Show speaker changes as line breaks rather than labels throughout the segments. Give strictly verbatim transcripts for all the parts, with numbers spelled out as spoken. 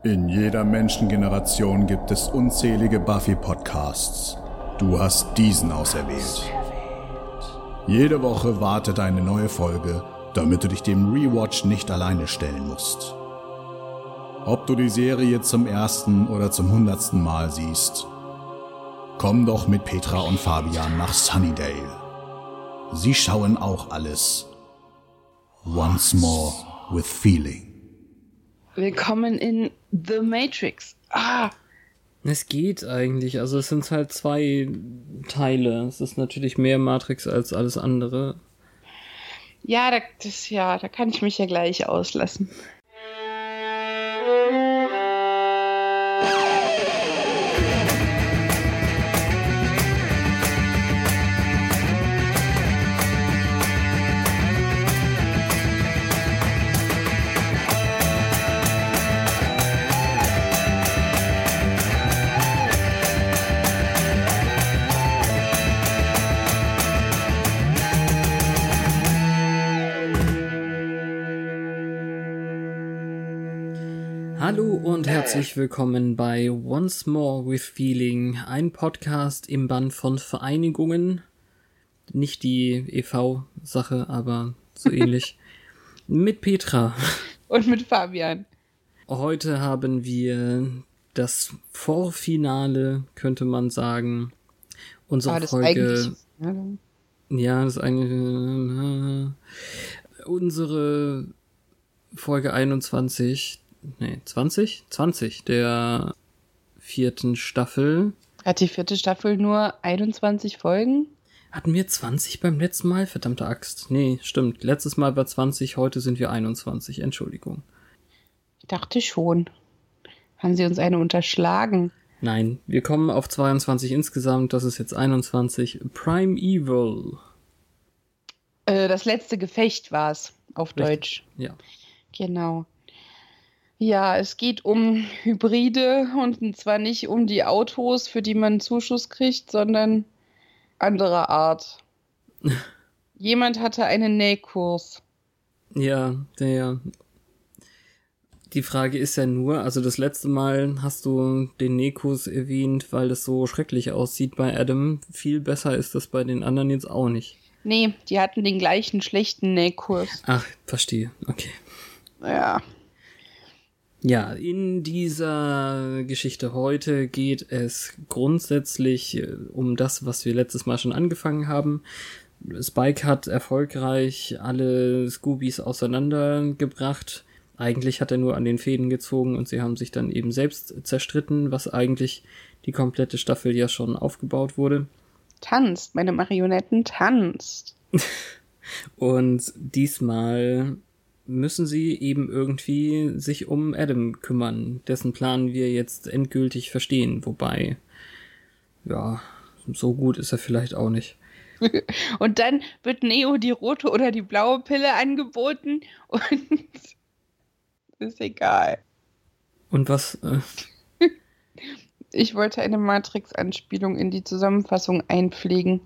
In jeder Menschengeneration gibt es unzählige Buffy-Podcasts. Du hast diesen auserwählt. Jede Woche wartet eine neue Folge, damit du dich dem Rewatch nicht alleine stellen musst. Ob du die Serie zum ersten oder zum hundertsten Mal siehst, komm doch mit Petra und Fabian nach Sunnydale. Sie schauen auch alles. Once more with feeling.
Willkommen in The Matrix. Ah!
Es geht eigentlich. Also es sind halt zwei Teile. Es ist natürlich mehr Matrix als alles andere.
Ja, da, das, ja, da kann ich mich ja gleich auslassen.
Hallo und herzlich willkommen bei Once More with Feeling, ein Podcast im Band von Vereinigungen. Nicht die E V-Sache, aber so ähnlich. Mit Petra.
Und mit Fabian.
Heute haben wir das Vorfinale, könnte man sagen. Unsere
ah, das
Folge.
Ja,
ja, das ist eigentlich. Äh, unsere Folge einundzwanzig. Nee, zwanzig? zwanzig der vierten Staffel.
Hat die vierte Staffel nur einundzwanzig Folgen?
Hatten wir zwanzig beim letzten Mal? Verdammte Axt. Nee, stimmt. Letztes Mal war zwanzig, heute sind wir einundzwanzig. Entschuldigung.
Ich dachte schon. Haben sie uns eine unterschlagen?
Nein, wir kommen auf zweiundzwanzig insgesamt. Das ist jetzt einundzwanzig. Prime Evil.
Äh, das letzte Gefecht war es, auf
Richtig.
Deutsch.
Ja.
Genau. Ja, es geht um Hybride und zwar nicht um die Autos, für die man Zuschuss kriegt, sondern anderer Art. Jemand hatte einen Nähkurs.
Ja, der. Die Frage ist ja nur, also das letzte Mal hast du den Nähkurs erwähnt, weil es so schrecklich aussieht bei Adam. Viel besser ist das bei den anderen jetzt auch nicht.
Nee, die hatten den gleichen schlechten Nähkurs.
Ach, verstehe. Okay.
Ja.
Ja, in dieser Geschichte heute geht es grundsätzlich um das, was wir letztes Mal schon angefangen haben. Spike hat erfolgreich alle Scoobies auseinandergebracht. Eigentlich hat er nur an den Fäden gezogen und sie haben sich dann eben selbst zerstritten, was eigentlich die komplette Staffel ja schon aufgebaut wurde.
Tanzt, meine Marionetten tanzt.
Und diesmal müssen sie eben irgendwie sich um Adam kümmern, dessen Plan wir jetzt endgültig verstehen, wobei, ja, so gut ist er vielleicht auch nicht.
Und dann wird Neo die rote oder die blaue Pille angeboten und ist egal.
Und was? Äh
ich wollte eine Matrix-Anspielung in die Zusammenfassung einpflegen.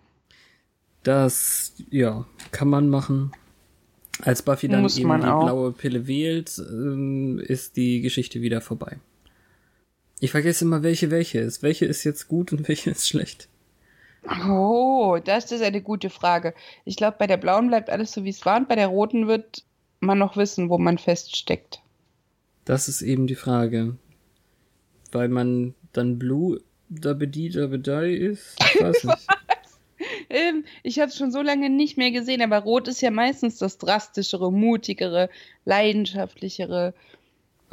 Das, ja, kann man machen. Als Buffy dann
Muss
eben
man
die
auch.
blaue Pille wählt, ähm, ist die Geschichte wieder vorbei. Ich vergesse immer, welche welche ist. Welche ist jetzt gut und welche ist schlecht?
Oh, das ist eine gute Frage. Ich glaube, bei der blauen bleibt alles so, wie es war, und bei der roten wird man noch wissen, wo man feststeckt.
Das ist eben die Frage. Weil man dann Blue Dabedi Dabedai ist? Ich weiß nicht.
ähm, ich habe es schon so lange nicht mehr gesehen, aber rot ist ja meistens das drastischere, mutigere, leidenschaftlichere.
Äh,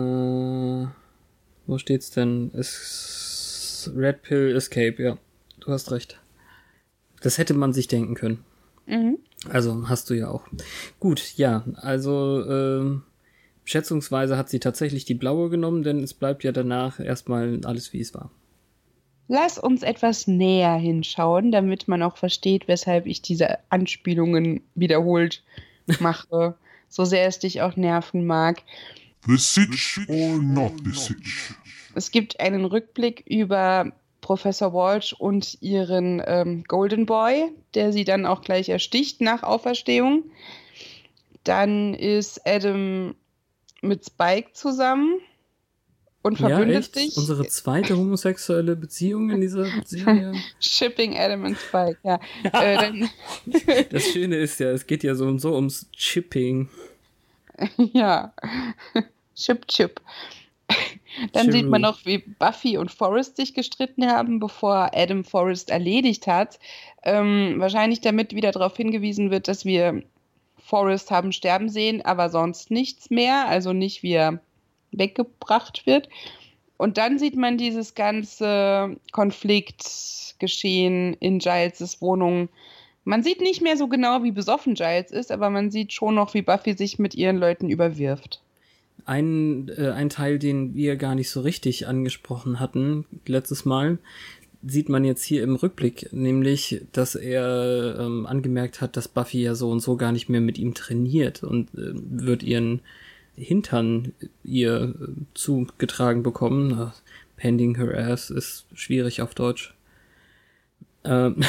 wo steht's denn? Es Red Pill Escape, ja. Du hast recht. Das hätte man sich denken können.
Mhm.
Also hast du ja auch. Gut, ja, also äh, schätzungsweise hat sie tatsächlich die blaue genommen, denn es bleibt ja danach erstmal alles, wie es war.
Lass uns etwas näher hinschauen, damit man auch versteht, weshalb ich diese Anspielungen wiederholt mache, so sehr es dich auch nerven mag.
The Sitch or not the Sitch?
Es gibt einen Rückblick über Professor Walsh und ihren ähm, Golden Boy, der sie dann auch gleich ersticht nach Auferstehung. Dann ist Adam mit Spike zusammen. und verbündet
ja, echt?
sich.
Unsere zweite homosexuelle Beziehung in dieser Serie.
Shipping Adam und Spike, ja. äh, dann
Das Schöne ist ja, es geht ja so und so ums Chipping.
Ja. Chip, Chip. Dann
Chiru.
sieht man noch, wie Buffy und Forrest sich gestritten haben, bevor Adam Forrest erledigt hat. Ähm, wahrscheinlich damit wieder darauf hingewiesen wird, dass wir Forrest haben sterben sehen, aber sonst nichts mehr. Also nicht, wie er weggebracht wird. Und dann sieht man dieses ganze Konfliktgeschehen in Giles' Wohnung. Man sieht nicht mehr so genau, wie besoffen Giles ist, aber man sieht schon noch, wie Buffy sich mit ihren Leuten überwirft.
Ein, äh, ein Teil, den wir gar nicht so richtig angesprochen hatten letztes Mal, sieht man jetzt hier im Rückblick, nämlich, dass er ähm, angemerkt hat, dass Buffy ja so und so gar nicht mehr mit ihm trainiert und äh, wird ihren Hintern ihr äh, zugetragen bekommen. Ach, pending her ass ist schwierig auf Deutsch. Ähm,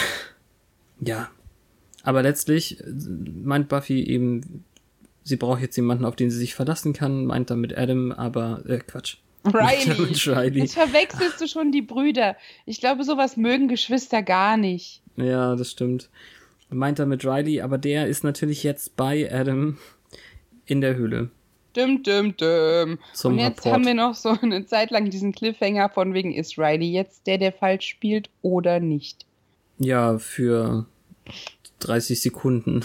ja. Aber letztlich meint Buffy eben, sie braucht jetzt jemanden, auf den sie sich verlassen kann, meint damit Adam, aber, äh, Quatsch.
Riley.
Riley.
Jetzt verwechselst du schon die Brüder. Ich glaube, sowas mögen Geschwister gar nicht.
Ja, das stimmt. Meint damit Riley, aber der ist natürlich jetzt bei Adam in der Höhle.
Düm, düm, düm.
Zum
Und jetzt
Rapport.
haben wir noch so eine Zeit lang diesen Cliffhanger von wegen, ist Riley jetzt der, der falsch spielt oder nicht?
Ja, für dreißig Sekunden.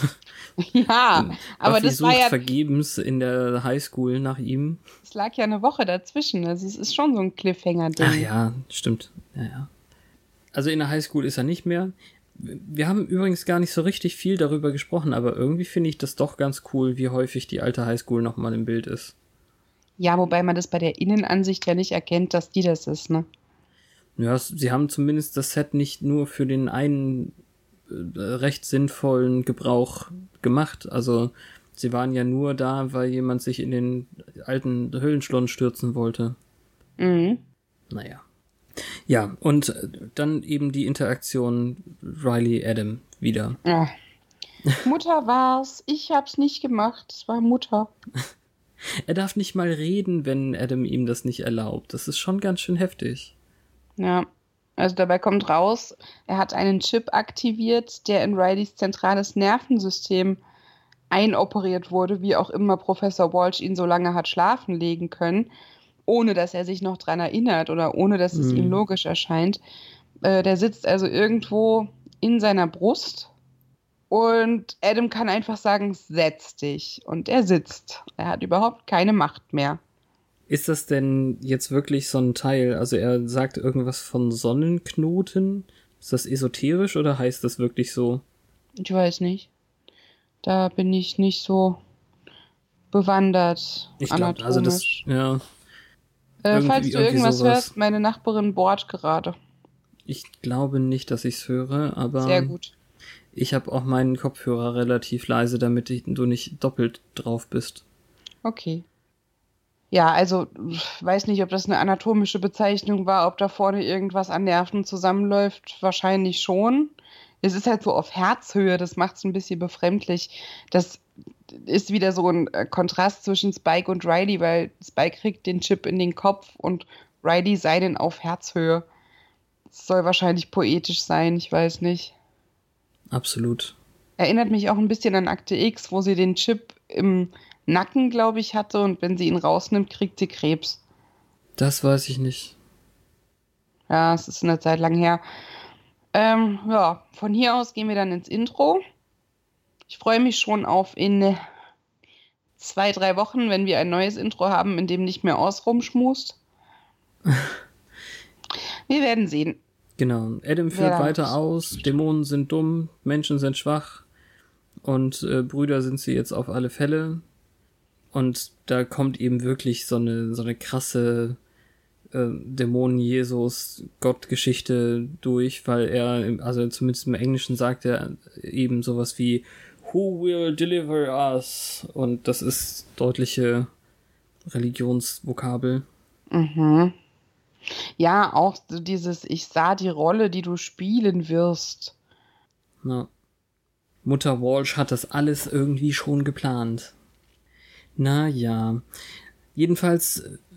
Ja, aber
Buffy
das
sucht
war ja,
vergebens in der Highschool nach ihm.
es lag ja eine Woche dazwischen. Also es ist schon so ein Cliffhanger-Ding.
Ach ja, stimmt. Ja, ja. Also in der Highschool ist er nicht mehr. Wir haben übrigens gar nicht so richtig viel darüber gesprochen, aber irgendwie finde ich das doch ganz cool, wie häufig die alte Highschool nochmal im Bild ist.
Ja, wobei man das bei der Innenansicht ja nicht erkennt, dass die das ist, ne?
Ja, es- sie haben zumindest das Set nicht nur für den einen äh, recht sinnvollen Gebrauch gemacht. Also sie waren ja nur da, weil jemand sich in den alten Höhlenschlund stürzen wollte.
Mhm.
Naja. Ja, und äh, dann eben die Interaktion Riley-Adam wieder.
Ja. Mutter war's. Ich hab's nicht gemacht. Es war Mutter.
Er darf nicht mal reden, wenn Adam ihm das nicht erlaubt. Das ist schon ganz schön heftig.
Ja. Also dabei kommt raus, er hat einen Chip aktiviert, der in Rileys zentrales Nervensystem einoperiert wurde, wie auch immer Professor Walsh ihn so lange hat schlafen legen können, ohne dass er sich noch dran erinnert oder ohne dass es
Mhm.
ihm logisch erscheint. Äh, der sitzt also irgendwo in seiner Brust und Adam kann einfach sagen, setz dich. Und er sitzt. Er hat überhaupt keine Macht mehr.
Ist das denn jetzt wirklich so ein Teil? Also er sagt irgendwas von Sonnenknoten. Ist das esoterisch oder heißt das wirklich so?
Ich weiß nicht. Da bin ich nicht so bewandert
Ich glaube, also das,
anatomisch.
ja,
äh,
irgendwie-
falls du
irgendwie
irgendwas
sowas.
hörst, meine Nachbarin bohrt gerade.
ich glaube nicht, dass ich's höre, aber
Sehr gut.
ich habe auch meinen Kopfhörer relativ leise, damit ich, du nicht doppelt drauf bist.
Okay. Ja, also ich weiß nicht, ob das eine anatomische Bezeichnung war, ob da vorne irgendwas an Nerven zusammenläuft. Wahrscheinlich schon. Es ist halt so auf Herzhöhe, das macht es ein bisschen befremdlich. Das ist wieder so ein äh, Kontrast zwischen Spike und Riley, weil Spike kriegt den Chip in den Kopf und Riley seinen auf Herzhöhe. Das soll wahrscheinlich poetisch sein, ich weiß nicht.
Absolut.
Erinnert mich auch ein bisschen an Akte X, wo sie den Chip im Nacken, glaube ich, hatte und wenn sie ihn rausnimmt, kriegt sie Krebs.
Das weiß ich nicht.
Ja, es ist eine Zeit lang her. Ähm, ja, von hier aus gehen wir dann ins Intro. Ich freue mich schon auf in zwei, drei Wochen, wenn wir ein neues Intro haben, in dem nicht mehr Oz rumschmust. Wir werden sehen.
Genau. Adam führt
Ja.
weiter aus, Dämonen sind dumm, Menschen sind schwach und äh, Brüder sind sie jetzt auf alle Fälle. Und da kommt eben wirklich so eine so eine krasse äh, Dämonen-Jesus-Gott-Geschichte durch, weil er, im- also zumindest im Englischen sagt er eben sowas wie Who will deliver us? Und das ist deutliche Religionsvokabel.
Mhm. Ja, auch so dieses, ich sah die Rolle, die du spielen wirst.
Ja. Mutter Walsh hat das alles irgendwie schon geplant. Na ja. Jedenfalls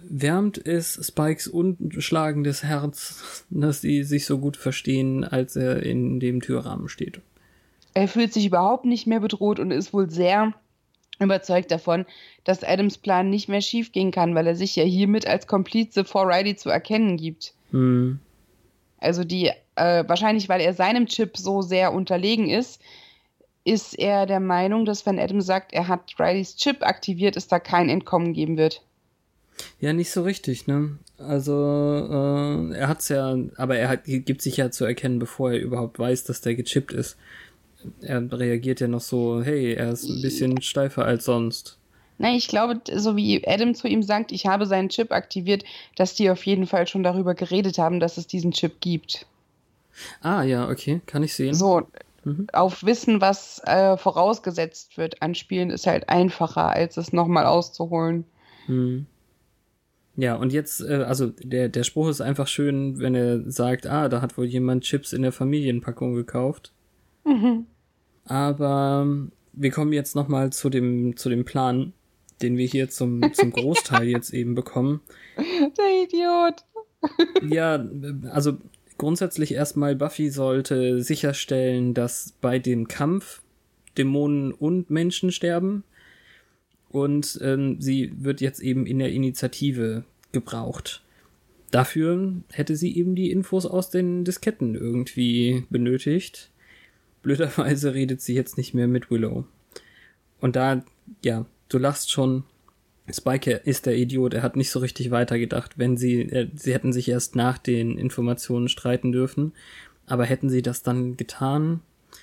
wärmt es Spikes unschlagendes Herz, dass sie sich so gut verstehen, als er in dem Türrahmen steht.
Er fühlt sich überhaupt nicht mehr bedroht und ist wohl sehr überzeugt davon, dass Adams Plan nicht mehr schiefgehen kann, weil er sich ja hiermit als Komplize vor Riley zu erkennen gibt.
Hm.
Also die, äh, wahrscheinlich, weil er seinem Chip so sehr unterlegen ist, ist er der Meinung, dass wenn Adams sagt, er hat Rileys Chip aktiviert, es da kein Entkommen geben wird.
Ja, nicht so richtig, ne? Also, äh, er hat's ja, aber er hat, gibt sich ja zu erkennen, bevor er überhaupt weiß, dass der gechippt ist. Er reagiert ja noch so, hey, er ist ein bisschen steifer als sonst.
Nein, ich glaube, so wie Adam zu ihm sagt, ich habe seinen Chip aktiviert, dass die auf jeden Fall schon darüber geredet haben, dass es diesen Chip gibt.
Ah, ja, okay, kann ich sehen.
So,
mhm.
Auf Wissen, was äh, vorausgesetzt wird, anspielen, ist halt einfacher, als es nochmal auszuholen.
Mhm. Ja, und jetzt, äh, also der, der Spruch ist einfach schön, wenn er sagt, ah, da hat wohl jemand Chips in der Familienpackung gekauft.
Mhm.
Aber wir kommen jetzt nochmal zu dem, zu dem Plan, den wir hier zum, zum Großteil jetzt eben bekommen.
Der Idiot.
Ja, also grundsätzlich erstmal, Buffy sollte sicherstellen, dass bei dem Kampf Dämonen und Menschen sterben. Und ähm, sie wird jetzt eben in der Initiative gebraucht. Dafür hätte sie eben die Infos aus den Disketten irgendwie benötigt. Blöderweise redet sie jetzt nicht mehr mit Willow. Und da, ja, du lachst schon, Spike ist der Idiot, er hat nicht so richtig weitergedacht, wenn sie, äh, sie hätten sich erst nach den Informationen streiten dürfen. Aber hätten sie das dann getan?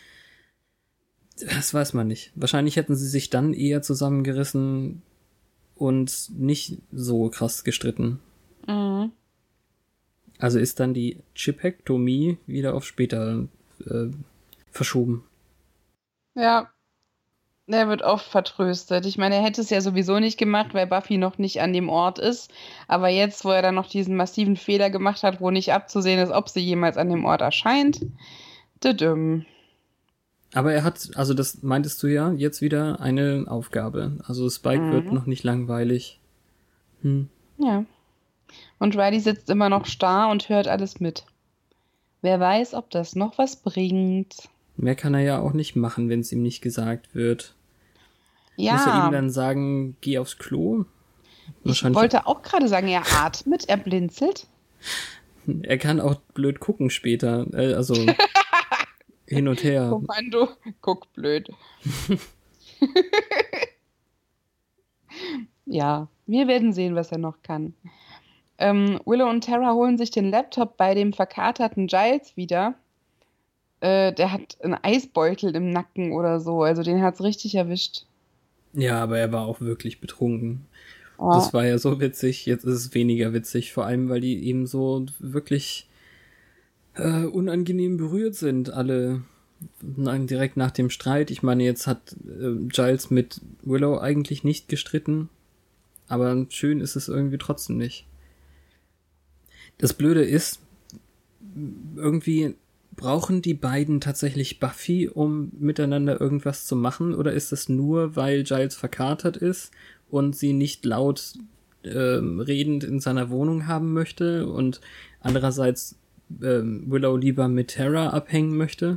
Das weiß man nicht. Wahrscheinlich hätten sie sich dann eher zusammengerissen und nicht so krass gestritten.
Mhm.
Also ist dann die Chipektomie wieder auf später äh, verschoben.
Ja, er wird oft vertröstet. Ich meine, er hätte es ja sowieso nicht gemacht, weil Buffy noch nicht an dem Ort ist. Aber jetzt, wo er dann noch diesen massiven Fehler gemacht hat, wo nicht abzusehen ist, ob sie jemals an dem Ort erscheint, düdüm.
Aber er hat, also das meintest du ja, jetzt wieder eine Aufgabe. Also Spike mhm. wird noch nicht langweilig. Hm.
Ja. Und Riley sitzt immer noch starr und hört alles mit. Wer weiß, ob das noch was bringt.
Mehr kann er ja auch nicht machen, wenn es ihm nicht gesagt wird.
Ja.
Muss er ihm dann sagen, geh aufs Klo?
Ich wollte auch gerade sagen, er atmet, er blinzelt.
Er kann auch blöd gucken später. Also hin und her.
Kommando, guck blöd. Ja, wir werden sehen, was er noch kann. Ähm, Willow und Tara holen sich den Laptop bei dem verkaterten Giles wieder. Äh, der hat einen Eisbeutel im Nacken oder so, also den hat's richtig erwischt.
Ja, aber er war auch wirklich betrunken.
Oh.
Das war ja so witzig, jetzt ist es weniger witzig, vor allem, weil die eben so wirklich äh, unangenehm berührt sind, alle direkt nach dem Streit. Ich meine, jetzt hat äh, Giles mit Willow eigentlich nicht gestritten, aber schön ist es irgendwie trotzdem nicht. Das Blöde ist, irgendwie brauchen die beiden tatsächlich Buffy, um miteinander irgendwas zu machen, oder ist das nur, weil Giles verkatert ist und sie nicht laut äh, redend in seiner Wohnung haben möchte und andererseits äh, Willow lieber mit Tara abhängen möchte?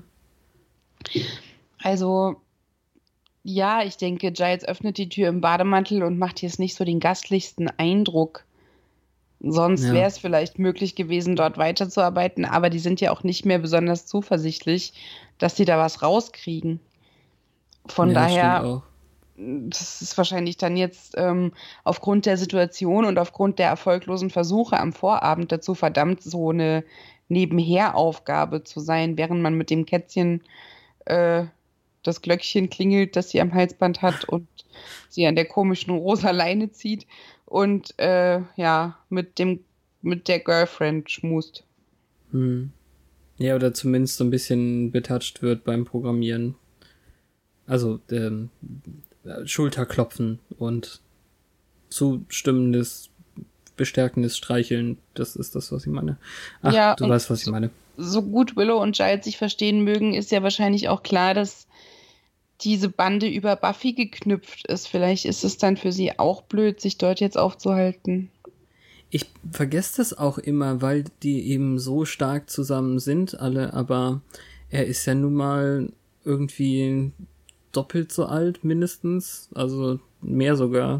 Also, ja, ich denke, Giles öffnet die Tür im Bademantel und macht jetzt nicht so den gastlichsten Eindruck. Sonst
Ja.
wäre es vielleicht möglich gewesen, dort weiterzuarbeiten, aber die sind ja auch nicht mehr besonders zuversichtlich, dass die da was rauskriegen. Von
Ja,
daher,
stimmt auch.
das ist wahrscheinlich dann jetzt ähm, aufgrund der Situation und aufgrund der erfolglosen Versuche am Vorabend dazu verdammt, so eine Nebenheraufgabe zu sein, während man mit dem Kätzchen äh, das Glöckchen klingelt, das sie am Halsband hat und sie an der komischen rosa Leine zieht und äh, ja, mit dem mit der Girlfriend schmust.
Hm. Ja, oder zumindest so ein bisschen betatscht wird beim Programmieren. Also ähm, Schulterklopfen und zustimmendes, bestärkendes Streicheln, das ist das, was ich meine. Ach,
Ja,
du
und
weißt, was ich meine.
So gut Willow und Giles sich verstehen mögen, ist ja wahrscheinlich auch klar, dass diese Bande über Buffy geknüpft ist. Vielleicht ist es dann für sie auch blöd, sich dort jetzt aufzuhalten.
Ich vergesse das auch immer, weil die eben so stark zusammen sind, alle, aber er ist ja nun mal irgendwie doppelt so alt, mindestens. Also mehr sogar.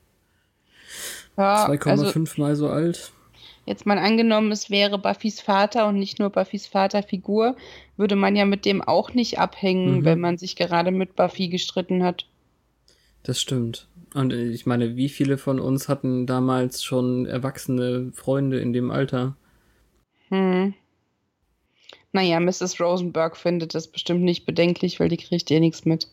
Ja,
zwei Komma fünf
also
Mal so alt.
jetzt mal angenommen, es wäre Buffys Vater und nicht nur Buffys Vaterfigur, würde man ja mit dem auch nicht abhängen,
Mhm.
wenn man sich gerade mit Buffy gestritten hat.
Das stimmt. Und ich meine, wie viele von uns hatten damals schon erwachsene Freunde in dem Alter?
Hm. Naja, Misses Rosenberg findet das bestimmt nicht bedenklich, weil die kriegt eh nichts mit.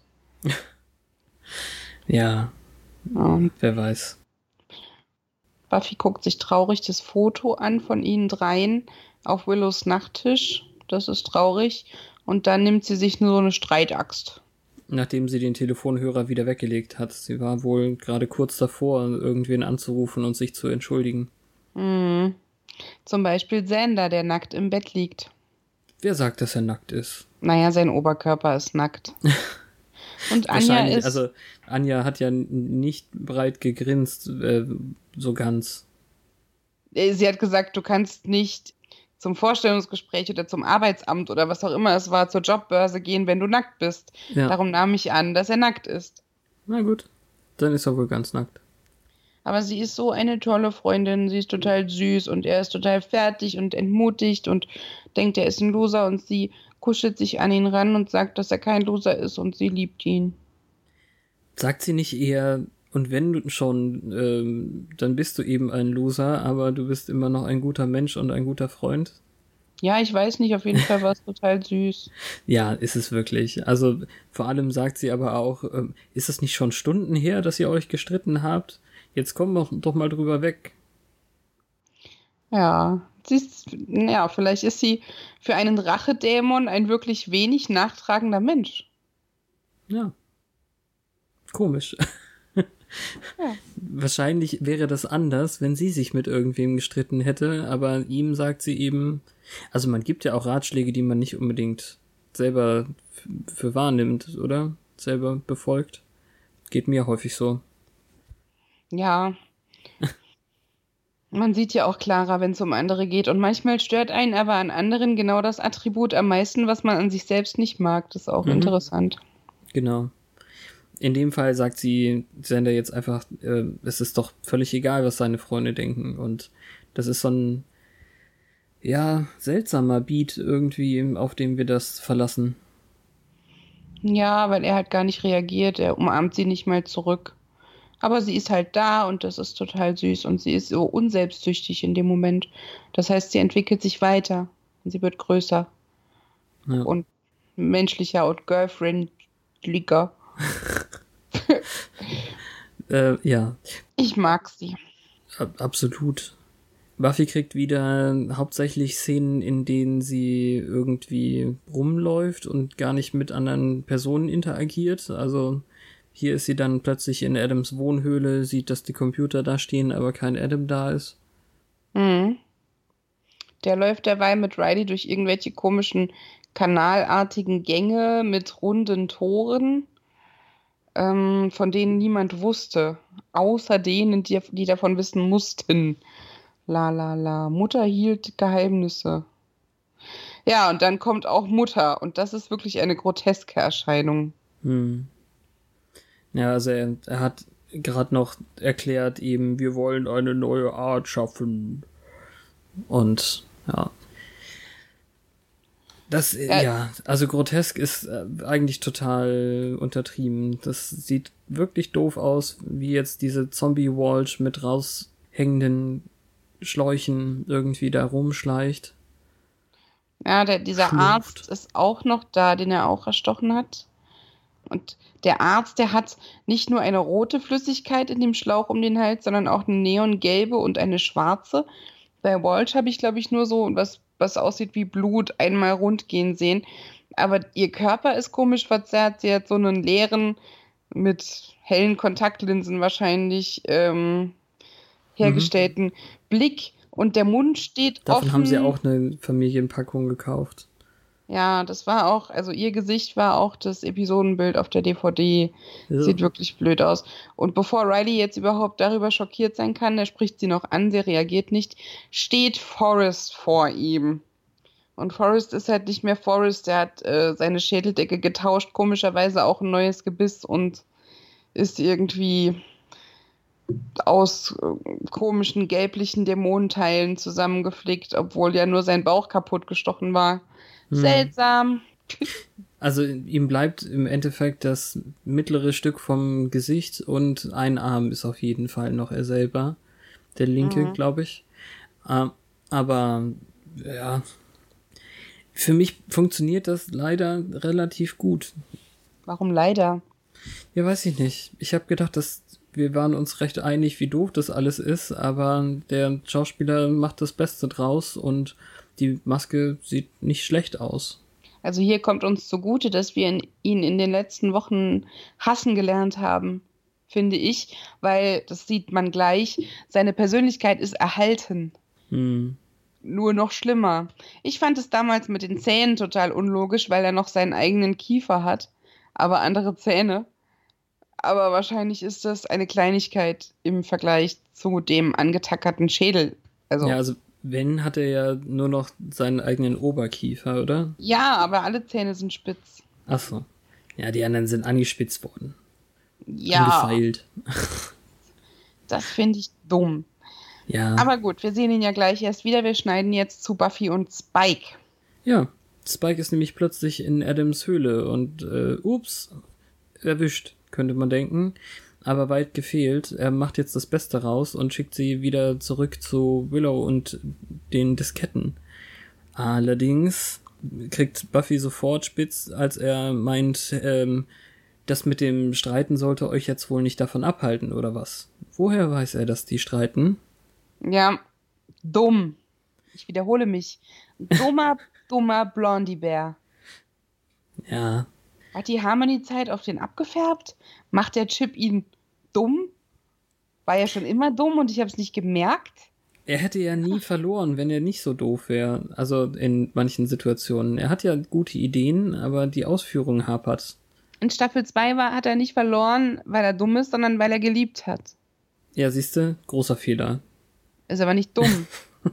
Ja,
Ja.
wer weiß.
Buffy guckt sich traurig das Foto an von ihnen dreien auf Willows Nachttisch. Das ist traurig. Und dann nimmt sie sich nur so eine Streitaxt.
Nachdem sie den Telefonhörer wieder weggelegt hat. Sie war wohl gerade kurz davor, irgendwen anzurufen und sich zu entschuldigen.
Mhm. Zum Beispiel Xander, der nackt im Bett liegt.
Wer sagt, dass er nackt ist?
Naja, sein Oberkörper ist nackt. Und Anja
Wahrscheinlich,
ist...
also Anja hat ja n- nicht breit gegrinst, äh, so ganz.
Sie hat gesagt, du kannst nicht zum Vorstellungsgespräch oder zum Arbeitsamt oder was auch immer es war, zur Jobbörse gehen, wenn du nackt bist.
Ja.
Darum nahm ich an, dass er nackt ist.
Na gut, dann ist er wohl ganz nackt.
Aber sie ist so eine tolle Freundin, sie ist total süß und er ist total fertig und entmutigt und denkt, er ist ein Loser und sie kuschelt sich an ihn ran und sagt, dass er kein Loser ist und sie liebt ihn.
Sagt sie nicht eher, und wenn du schon, ähm, dann bist du eben ein Loser, aber du bist immer noch ein guter Mensch und ein guter Freund?
Ja, ich weiß nicht, auf jeden Fall war es total süß.
Ja, ist es wirklich. Also vor allem sagt sie aber auch, ähm, ist es nicht schon Stunden her, dass ihr euch gestritten habt? Jetzt komm doch, doch mal drüber weg.
Ja, sie ist, ja, vielleicht ist sie für einen Rachedämon ein wirklich wenig nachtragender Mensch.
Ja. Komisch.
Ja.
Wahrscheinlich wäre das anders, wenn sie sich mit irgendwem gestritten hätte, aber ihm sagt sie eben, also man gibt ja auch Ratschläge, die man nicht unbedingt selber f- für wahrnimmt, oder? Selber befolgt. Geht mir häufig so.
Ja. Man sieht ja auch klarer, wenn es um andere geht. Und manchmal stört einen aber an anderen genau das Attribut am meisten, was man an sich selbst nicht mag. Das ist auch
Mhm.
interessant.
Genau. In dem Fall sagt sie, Xander jetzt einfach, äh, es ist doch völlig egal, was seine Freunde denken. Und das ist so ein, ja, seltsamer Beat irgendwie, auf dem wir das verlassen.
Ja, weil er halt gar nicht reagiert. Er umarmt sie nicht mal zurück. Aber sie ist halt da und das ist total süß. Und sie ist so unselbstsüchtig in dem Moment. Das heißt, sie entwickelt sich weiter. Und sie wird größer.
Ja.
Und menschlicher und girlfriendlicher.
Äh, ja,
Ich mag sie.
ab- absolut. Buffy kriegt wieder hauptsächlich Szenen, in denen sie irgendwie rumläuft und gar nicht mit anderen Personen interagiert. Also hier ist sie dann plötzlich in Adams Wohnhöhle, sieht, dass die Computer da stehen, aber kein Adam da ist.
Mhm. Der läuft derweil mit Riley durch irgendwelche komischen kanalartigen Gänge mit runden Toren, ähm, von denen niemand wusste. Außer denen, die, die davon wissen mussten. La la la. Mutter hielt Geheimnisse. Ja, und dann kommt auch Mutter. Und das ist wirklich eine groteske Erscheinung.
Hm. Ja, also er, er hat gerade noch erklärt eben, wir wollen eine neue Art schaffen. Und ja. Das,
Äh,
ja, also grotesk ist äh, eigentlich total untertrieben. Das sieht wirklich doof aus, wie jetzt diese Zombie-Walsh mit raushängenden Schläuchen irgendwie da rumschleicht.
Ja, der, dieser
Schlurft.
Arzt ist auch noch da, den er auch erstochen hat. Und der Arzt, der hat nicht nur eine rote Flüssigkeit in dem Schlauch um den Hals, sondern auch eine neongelbe und eine schwarze. Bei Walsh habe ich, glaube ich, nur so was, was aussieht wie Blut einmal rund gehen sehen. Aber ihr Körper ist komisch verzerrt. Sie hat so einen leeren, mit hellen Kontaktlinsen wahrscheinlich ähm, hergestellten Blick. Und der Mund steht
Davon
offen.
haben sie auch eine Familienpackung gekauft.
Ja, das war auch, also ihr Gesicht war auch das Episodenbild auf der D V D.
Ja.
Sieht wirklich blöd aus. Und bevor Riley jetzt überhaupt darüber schockiert sein kann, er spricht sie noch an, sie reagiert nicht, steht Forrest vor ihm. Und Forrest ist halt nicht mehr Forrest, der hat äh, seine Schädeldecke getauscht, komischerweise auch ein neues Gebiss und ist irgendwie aus äh, komischen gelblichen Dämonenteilen zusammengeflickt, obwohl ja nur sein Bauch kaputt gestochen war.
Hm.
Seltsam.
Also ihm bleibt im Endeffekt das mittlere Stück vom Gesicht und ein Arm ist auf jeden Fall noch er selber. Der linke,
Mhm.
glaube ich. Ähm, aber ja, für mich funktioniert das leider relativ gut.
Warum leider?
Ja, weiß ich nicht. Ich habe gedacht, dass wir waren uns recht einig, wie doof das alles ist, aber der Schauspieler macht das Beste draus und die Maske sieht nicht schlecht aus.
Also hier kommt uns zugute, dass wir in, ihn in den letzten Wochen hassen gelernt haben, finde ich, weil, das sieht man gleich, seine Persönlichkeit ist erhalten.
Hm.
Nur noch schlimmer. Ich fand es damals mit den Zähnen total unlogisch, weil er noch seinen eigenen Kiefer hat, aber andere Zähne. Aber wahrscheinlich ist das eine Kleinigkeit im Vergleich zu dem angetackerten Schädel. Also,
Ja, also wenn, hat er ja nur noch seinen eigenen Oberkiefer, oder?
ja, aber alle Zähne sind spitz.
Ach so. Ja, die anderen sind angespitzt worden.
Ja,
Angefeilt.
das finde ich dumm.
Ja.
Aber gut, wir sehen ihn ja gleich erst wieder. Wir schneiden jetzt zu Buffy und Spike.
Ja. Spike ist nämlich plötzlich in Adams Höhle und äh, ups, erwischt, könnte man denken. Aber weit gefehlt. Er macht jetzt das Beste raus und schickt sie wieder zurück zu Willow und den Disketten. Allerdings kriegt Buffy sofort spitz, als er meint, ähm, das mit dem Streiten sollte euch jetzt wohl nicht davon abhalten, oder was? Woher weiß er, dass die streiten?
Ja, dumm. Ich wiederhole mich. Dummer, dummer Blondie-Bär.
Ja,
Hat die Harmony-Zeit auf den abgefärbt? Macht der Chip ihn dumm? War ja schon immer dumm und ich habe es nicht gemerkt.
er hätte ja nie verloren, wenn er nicht so doof wäre. Also in manchen Situationen. Er hat ja gute Ideen, aber die Ausführung hapert.
In Staffel zwei war, hat er nicht verloren, weil er dumm ist, sondern weil er geliebt hat.
Ja, siehste, großer Fehler.
Ist aber nicht dumm.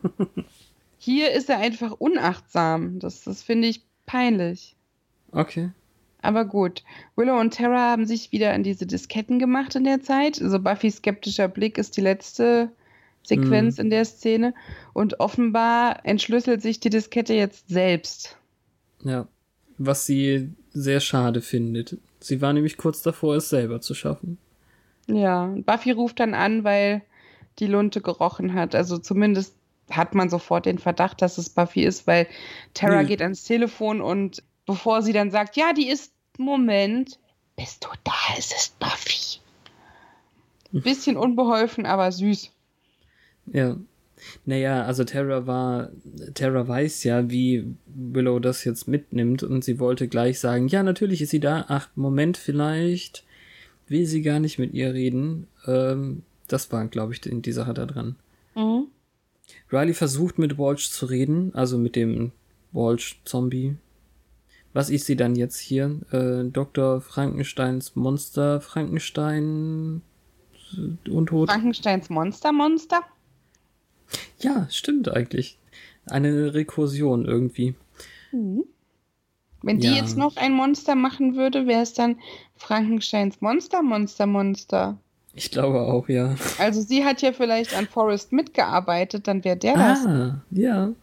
Hier ist er einfach unachtsam. Das, das finde ich peinlich.
Okay.
Aber gut. Willow und Tara haben sich wieder an diese Disketten gemacht in der Zeit. Also Buffys skeptischer Blick ist die letzte Sequenz in der Szene. Und offenbar entschlüsselt sich die Diskette jetzt selbst.
Ja. Was sie sehr schade findet. Sie war nämlich kurz davor, es selber zu schaffen.
Ja, Buffy ruft dann an, weil die Lunte gerochen hat. Also zumindest hat man sofort den Verdacht, dass es Buffy ist, weil Tara
Nee.
geht ans Telefon und bevor sie dann sagt, ja, die ist, Moment, bist du da, es ist Buffy. Bisschen unbeholfen, aber süß.
Ja. Naja, also Tara war, Tara weiß ja, wie Willow das jetzt mitnimmt und sie wollte gleich sagen, ja, natürlich ist sie da. Ach, Moment, vielleicht will sie gar nicht mit ihr reden. Ähm, das war, glaube ich, die, die Sache da dran.
Mhm.
Riley versucht mit Walsh zu reden, also mit dem Walsh-Zombie. Was ist sie dann jetzt hier? Äh, Doktor Frankensteins Monster, Frankenstein äh, Untot?
Frankensteins Monster, Monster?
Ja, stimmt eigentlich. Eine Rekursion irgendwie.
Mhm. Wenn die
Ja.
jetzt noch ein Monster machen würde, wäre es dann Frankensteins Monster, Monster, Monster.
Ich glaube auch, ja.
Also sie hat ja vielleicht an Forrest mitgearbeitet, dann wäre der das.
Ah, ja.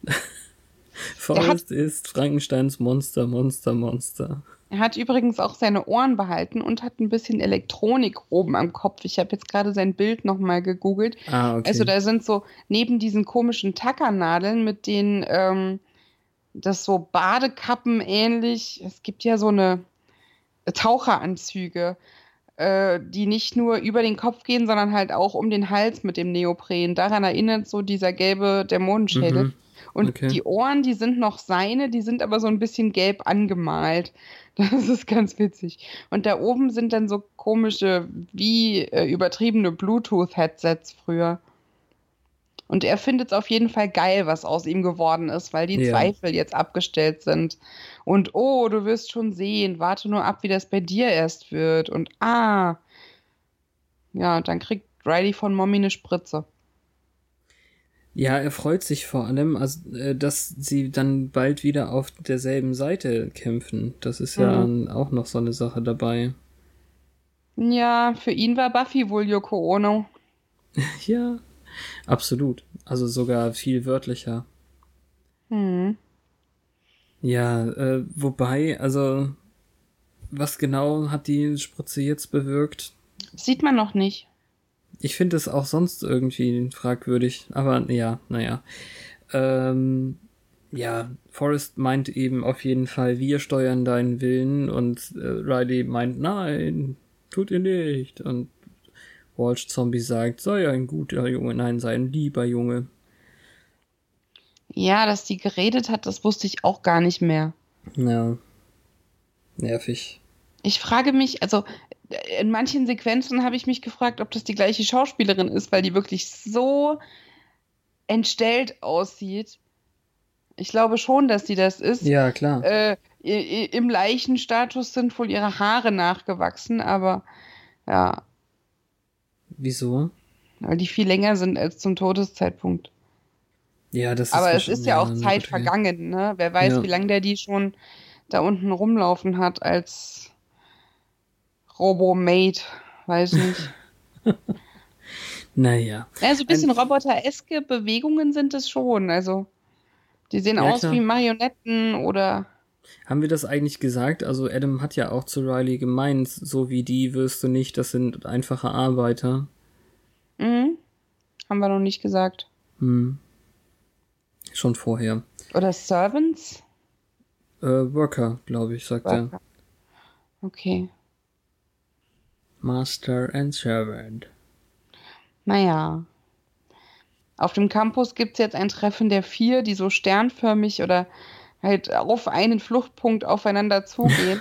Forrest ist Frankensteins Monster, Monster, Monster.
Er hat übrigens auch seine Ohren behalten und hat ein bisschen Elektronik oben am Kopf. Ich habe jetzt gerade sein Bild nochmal gegoogelt.
Ah, okay.
Also da sind so neben diesen komischen Tackernadeln, mit denen ähm, das so Badekappen ähnlich, es gibt ja so eine Taucheranzüge, äh, die nicht nur über den Kopf gehen, sondern halt auch um den Hals mit dem Neopren. Daran erinnert so dieser gelbe Dämonenschädel.
Mhm.
Und
Okay.
die Ohren, die sind noch seine, die sind aber so ein bisschen gelb angemalt. Das ist ganz witzig. Und da oben sind dann so komische, wie äh, übertriebene Bluetooth-Headsets früher. Und er findet es auf jeden Fall geil, was aus ihm geworden ist, weil die
Ja.
Zweifel jetzt abgestellt sind. Und oh, du wirst schon sehen, warte nur ab, wie das bei dir erst wird. Und ah. Ja, und dann kriegt Riley von Mommy eine Spritze.
Ja, er freut sich vor allem, also, äh, dass sie dann bald wieder auf derselben Seite kämpfen. Das ist ja
Mhm.
auch noch so eine Sache dabei.
Ja, für ihn war Buffy wohl Yoko Ono.
Ja, absolut. Also sogar viel wörtlicher.
Hm.
Ja, äh, wobei, also, was genau hat die Spritze jetzt bewirkt?
Sieht man noch nicht.
Ich finde es auch sonst irgendwie fragwürdig, aber ja, naja. Ähm, ja, Forrest meint eben auf jeden Fall, wir steuern deinen Willen und äh, Riley meint, nein, tut ihr nicht. Und Walsh Zombie sagt, sei ein guter Junge, nein, sei ein lieber Junge.
Ja, dass die geredet hat, das wusste ich auch gar nicht mehr.
Ja, nervig.
Ich frage mich, also in manchen Sequenzen habe ich mich gefragt, ob das die gleiche Schauspielerin ist, weil die wirklich so entstellt aussieht. Ich glaube schon, dass die das ist.
Ja, klar.
Äh, i- i- Im Leichenstatus sind wohl ihre Haare nachgewachsen, aber ja,
Wieso?
weil die viel länger sind als zum Todeszeitpunkt.
Ja, das ist
Aber es
wahrscheinlich-
ist ja auch
na
Zeit
gut, okay.
vergangen, ne? Wer weiß,
Ja.
wie lange der die schon da unten rumlaufen hat als Robo-Mate. Weiß nicht.
Naja.
Ja, so ein bisschen
Ein-
robotereske Bewegungen sind es schon. Also, die sehen
Ja,
aus
klar.
wie Marionetten oder.
Haben wir das eigentlich gesagt? Also Adam hat ja auch zu Riley gemeint, so wie die wirst du nicht, das sind einfache Arbeiter.
Mhm. Haben wir noch nicht gesagt.
Hm. Schon vorher.
Oder Servants?
Äh, Worker, glaube ich, sagt er.
Worker. Okay.
Master and Servant.
Naja. Auf dem Campus gibt es jetzt ein Treffen der vier, die so sternförmig oder halt auf einen Fluchtpunkt aufeinander zugehen.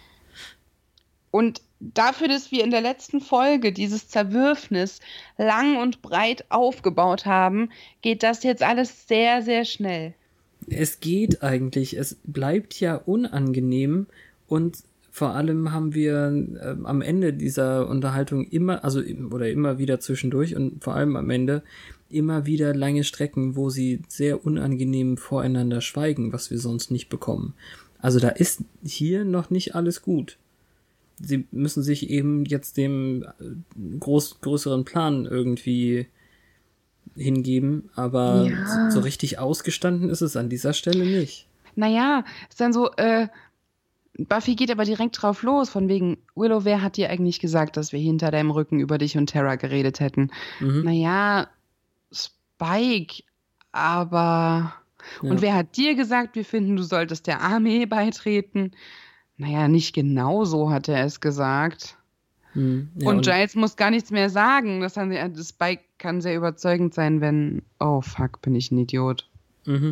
Und dafür, dass wir in der letzten Folge dieses Zerwürfnis lang und breit aufgebaut haben, geht das jetzt alles sehr, sehr schnell.
Es geht eigentlich, es bleibt ja unangenehm und vor allem haben wir äh, am Ende dieser Unterhaltung immer, also im- oder immer wieder zwischendurch und vor allem am Ende immer wieder lange Strecken, wo sie sehr unangenehm voreinander schweigen, was wir sonst nicht bekommen. Also da ist hier noch nicht alles gut. Sie müssen sich eben jetzt dem äh, groß, größeren Plan irgendwie hingeben, aber
Ja.
so richtig ausgestanden ist es an dieser Stelle nicht.
Naja, ist dann so, äh, Buffy geht aber direkt drauf los, von wegen, Willow, wer hat dir eigentlich gesagt, dass wir hinter deinem Rücken über dich und Tara geredet hätten?
Mhm.
Naja, Spike, aber...
Ja.
Und wer hat dir gesagt, wir finden, du solltest der Armee beitreten? Naja, nicht genau so hat er es gesagt.
Hm, ja,
und Giles muss gar nichts mehr sagen. Das haben sie, Spike kann sehr überzeugend sein, wenn... Oh, fuck, bin ich ein Idiot.
Mhm.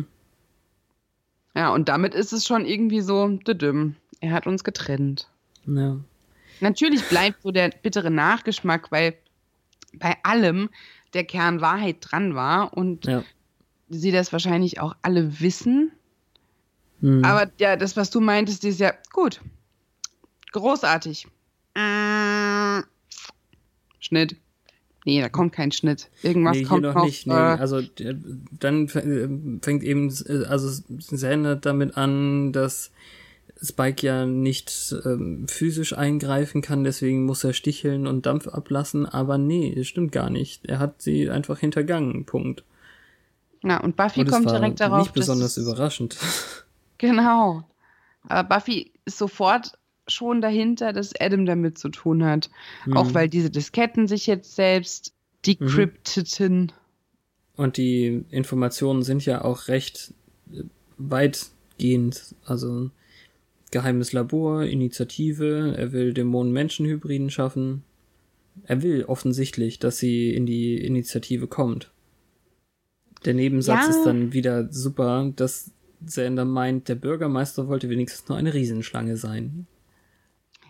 Ja, und damit ist es schon irgendwie so, düdüm, er hat uns getrennt.
Ja.
Natürlich bleibt so der bittere Nachgeschmack, weil bei allem der Kern Wahrheit dran war und
Ja.
sie das wahrscheinlich auch alle wissen.
Hm.
Aber ja, das, was du meintest, ist ja gut. Großartig. Äh, Schnitt. Nee, da kommt kein Schnitt. Irgendwas
nee, hier
kommt
noch
noch.
nicht. Nee,
äh,
also äh, dann f- äh, fängt eben, äh, also Xander damit an, dass Spike ja nicht ähm, physisch eingreifen kann, deswegen muss er sticheln und Dampf ablassen, aber nee, das stimmt gar nicht. Er hat sie einfach hintergangen, Punkt.
Na, und Buffy
Und es
kommt
war
direkt darauf,
nicht besonders
dass es-
überraschend.
Genau. Aber Buffy ist sofort schon dahinter, dass Adam damit zu tun hat.
Mhm.
Auch weil diese Disketten sich jetzt selbst decrypteten.
Und die Informationen sind ja auch recht äh, weitgehend. Also geheimes Labor, Initiative, er will Dämonen-Menschen-Hybriden schaffen. Er will offensichtlich, dass sie in die Initiative kommt. Der Nebensatz
Ja.
ist dann wieder super, dass Xander meint, der Bürgermeister wollte wenigstens nur eine Riesenschlange sein.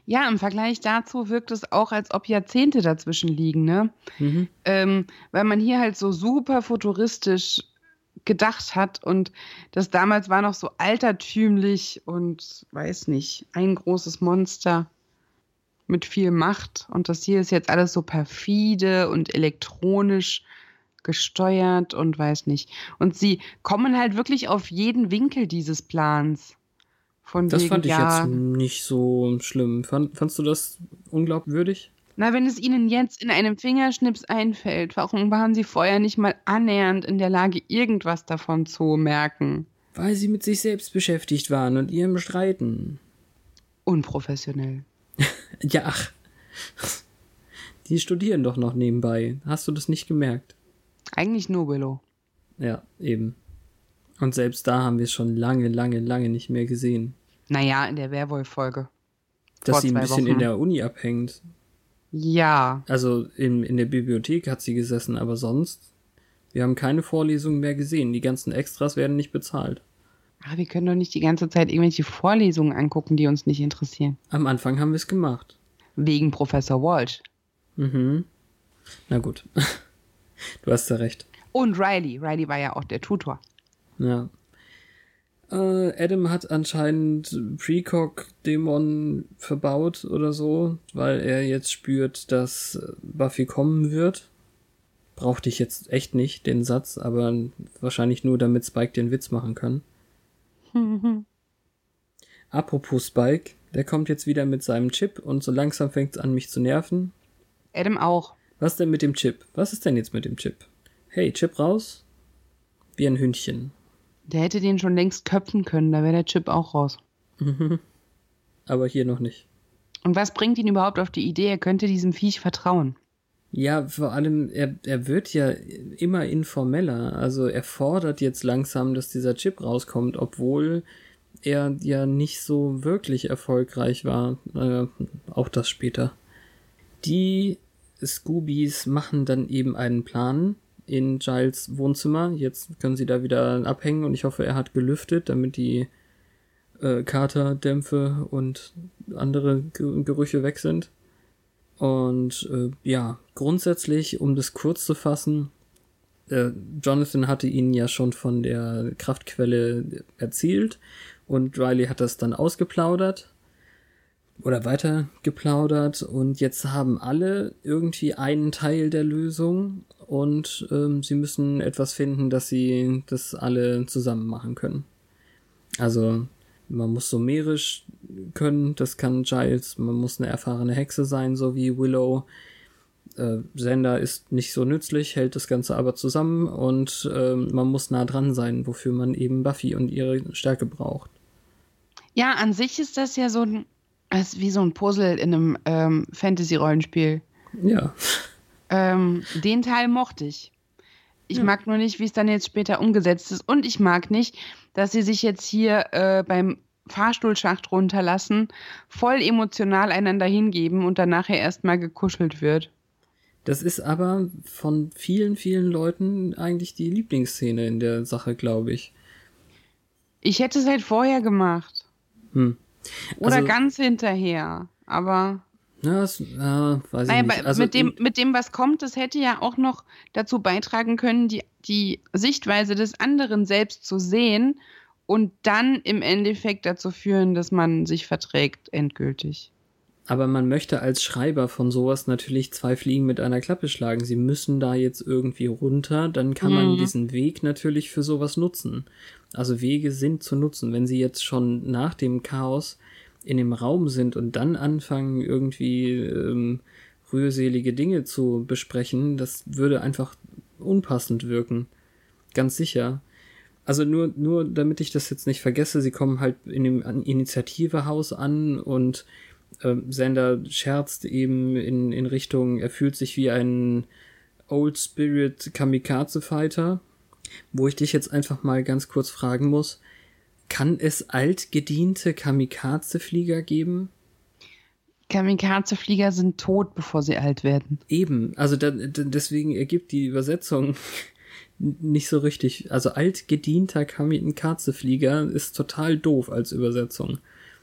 Ja, im Vergleich dazu wirkt es auch, als ob Jahrzehnte dazwischen liegen, ne?
Mhm.
Ähm, weil man hier halt so super futuristisch gedacht hat und das damals war noch so altertümlich und weiß nicht, ein großes Monster mit viel Macht und das hier ist jetzt alles so perfide und elektronisch gesteuert und weiß nicht. Und sie kommen halt wirklich auf jeden Winkel dieses Plans. Von
Das
wegen,
fand ich
ja,
jetzt nicht so schlimm. Fand, fandst du das unglaubwürdig?
Na, wenn es ihnen jetzt in einem Fingerschnips einfällt, warum waren sie vorher nicht mal annähernd in der Lage, irgendwas davon zu merken?
Weil sie mit sich selbst beschäftigt waren und ihrem Streiten.
Unprofessionell.
Ja, ach. Die studieren doch noch nebenbei. Hast du das nicht gemerkt?
Eigentlich nur Willow.
Ja, eben. Und selbst da haben wir es schon lange, lange, lange nicht mehr gesehen.
Naja, in der Werwolf-Folge.
Dass
Vor
sie ein
zwei
bisschen
Wochen.
in der Uni abhängt.
Ja.
Also in, in der Bibliothek hat sie gesessen, aber sonst, wir haben keine Vorlesungen mehr gesehen. Die ganzen Extras werden nicht bezahlt.
Aber wir können doch nicht die ganze Zeit irgendwelche Vorlesungen angucken, die uns nicht interessieren.
Am Anfang haben wir es gemacht.
Wegen Professor Walsh.
Mhm. Na gut. Du hast ja recht.
Und Riley. Riley war ja auch der Tutor.
Ja. Äh, Adam hat anscheinend Precog-Dämon verbaut oder so, weil er jetzt spürt, dass Buffy kommen wird. Brauchte ich jetzt echt nicht, den Satz, aber wahrscheinlich nur, damit Spike den Witz machen kann. Apropos Spike, der kommt jetzt wieder mit seinem Chip und so langsam fängt es an, mich zu nerven.
Adam auch.
Was denn mit dem Chip? Was ist denn jetzt mit dem Chip? Hey, Chip raus? Wie ein Hündchen.
Der hätte den schon längst köpfen können, da wäre der Chip auch raus.
Aber hier noch nicht.
Und was bringt ihn überhaupt auf die Idee, er könnte diesem Viech vertrauen?
Ja, vor allem, er, er wird ja immer informeller. Also er fordert jetzt langsam, dass dieser Chip rauskommt, obwohl er ja nicht so wirklich erfolgreich war. Äh, auch das später. Die Scoobies machen dann eben einen Plan in Giles Wohnzimmer. Jetzt können sie da wieder abhängen und ich hoffe, er hat gelüftet, damit die äh, Katerdämpfe und andere Ge- Gerüche weg sind. Und äh, ja, grundsätzlich, um das kurz zu fassen, äh, Jonathan hatte ihnen ja schon von der Kraftquelle erzählt und Riley hat das dann ausgeplaudert oder weiter geplaudert und jetzt haben alle irgendwie einen Teil der Lösung und ähm, sie müssen etwas finden, dass sie das alle zusammen machen können. Also man muss sumerisch können, das kann Giles, man muss eine erfahrene Hexe sein, so wie Willow. Äh, Xander ist nicht so nützlich, hält das Ganze aber zusammen und äh, man muss nah dran sein, wofür man eben Buffy und ihre Stärke braucht.
Ja, an sich ist das ja so ein, das ist wie so ein Puzzle in einem ähm, Fantasy-Rollenspiel.
Ja.
Ähm, den Teil mochte ich. Ich
Ja.
mag nur nicht, wie es dann jetzt später umgesetzt ist. Und ich mag nicht, dass sie sich jetzt hier äh, beim Fahrstuhlschacht runterlassen, voll emotional einander hingeben und dann nachher erstmal gekuschelt wird.
Das ist aber von vielen, vielen Leuten eigentlich die Lieblingsszene in der Sache, glaube ich.
Ich hätte es halt vorher gemacht.
Hm.
Oder
Also-
ganz hinterher. Aber
Ja, das, äh, weiß
naja,
ich nicht.
bei-
Also
mit, dem,
in-
mit dem, was kommt, das hätte ja auch noch dazu beitragen können, die, die Sichtweise des anderen selbst zu sehen und dann im Endeffekt dazu führen, dass man sich verträgt, endgültig.
Aber man möchte als Schreiber von sowas natürlich zwei Fliegen mit einer Klappe schlagen. Sie müssen da jetzt irgendwie runter, dann kann man
Mhm.
diesen Weg natürlich für sowas nutzen. Also Wege sind zu nutzen. Wenn sie jetzt schon nach dem Chaos in dem Raum sind und dann anfangen, irgendwie ähm, rührselige Dinge zu besprechen, das würde einfach unpassend wirken. Ganz sicher. Also nur, nur damit ich das jetzt nicht vergesse, sie kommen halt in dem Initiativehaus an und ähm, Xander scherzt eben in, in Richtung, er fühlt sich wie ein Old Spirit Kamikaze Fighter, wo ich dich jetzt einfach mal ganz kurz fragen muss, kann es altgediente Kamikaze-Flieger geben?
Kamikaze-Flieger sind tot, bevor sie alt werden.
Eben, also da, da, deswegen ergibt die Übersetzung nicht so richtig. Also altgedienter Kamikaze-Flieger ist total doof als Übersetzung.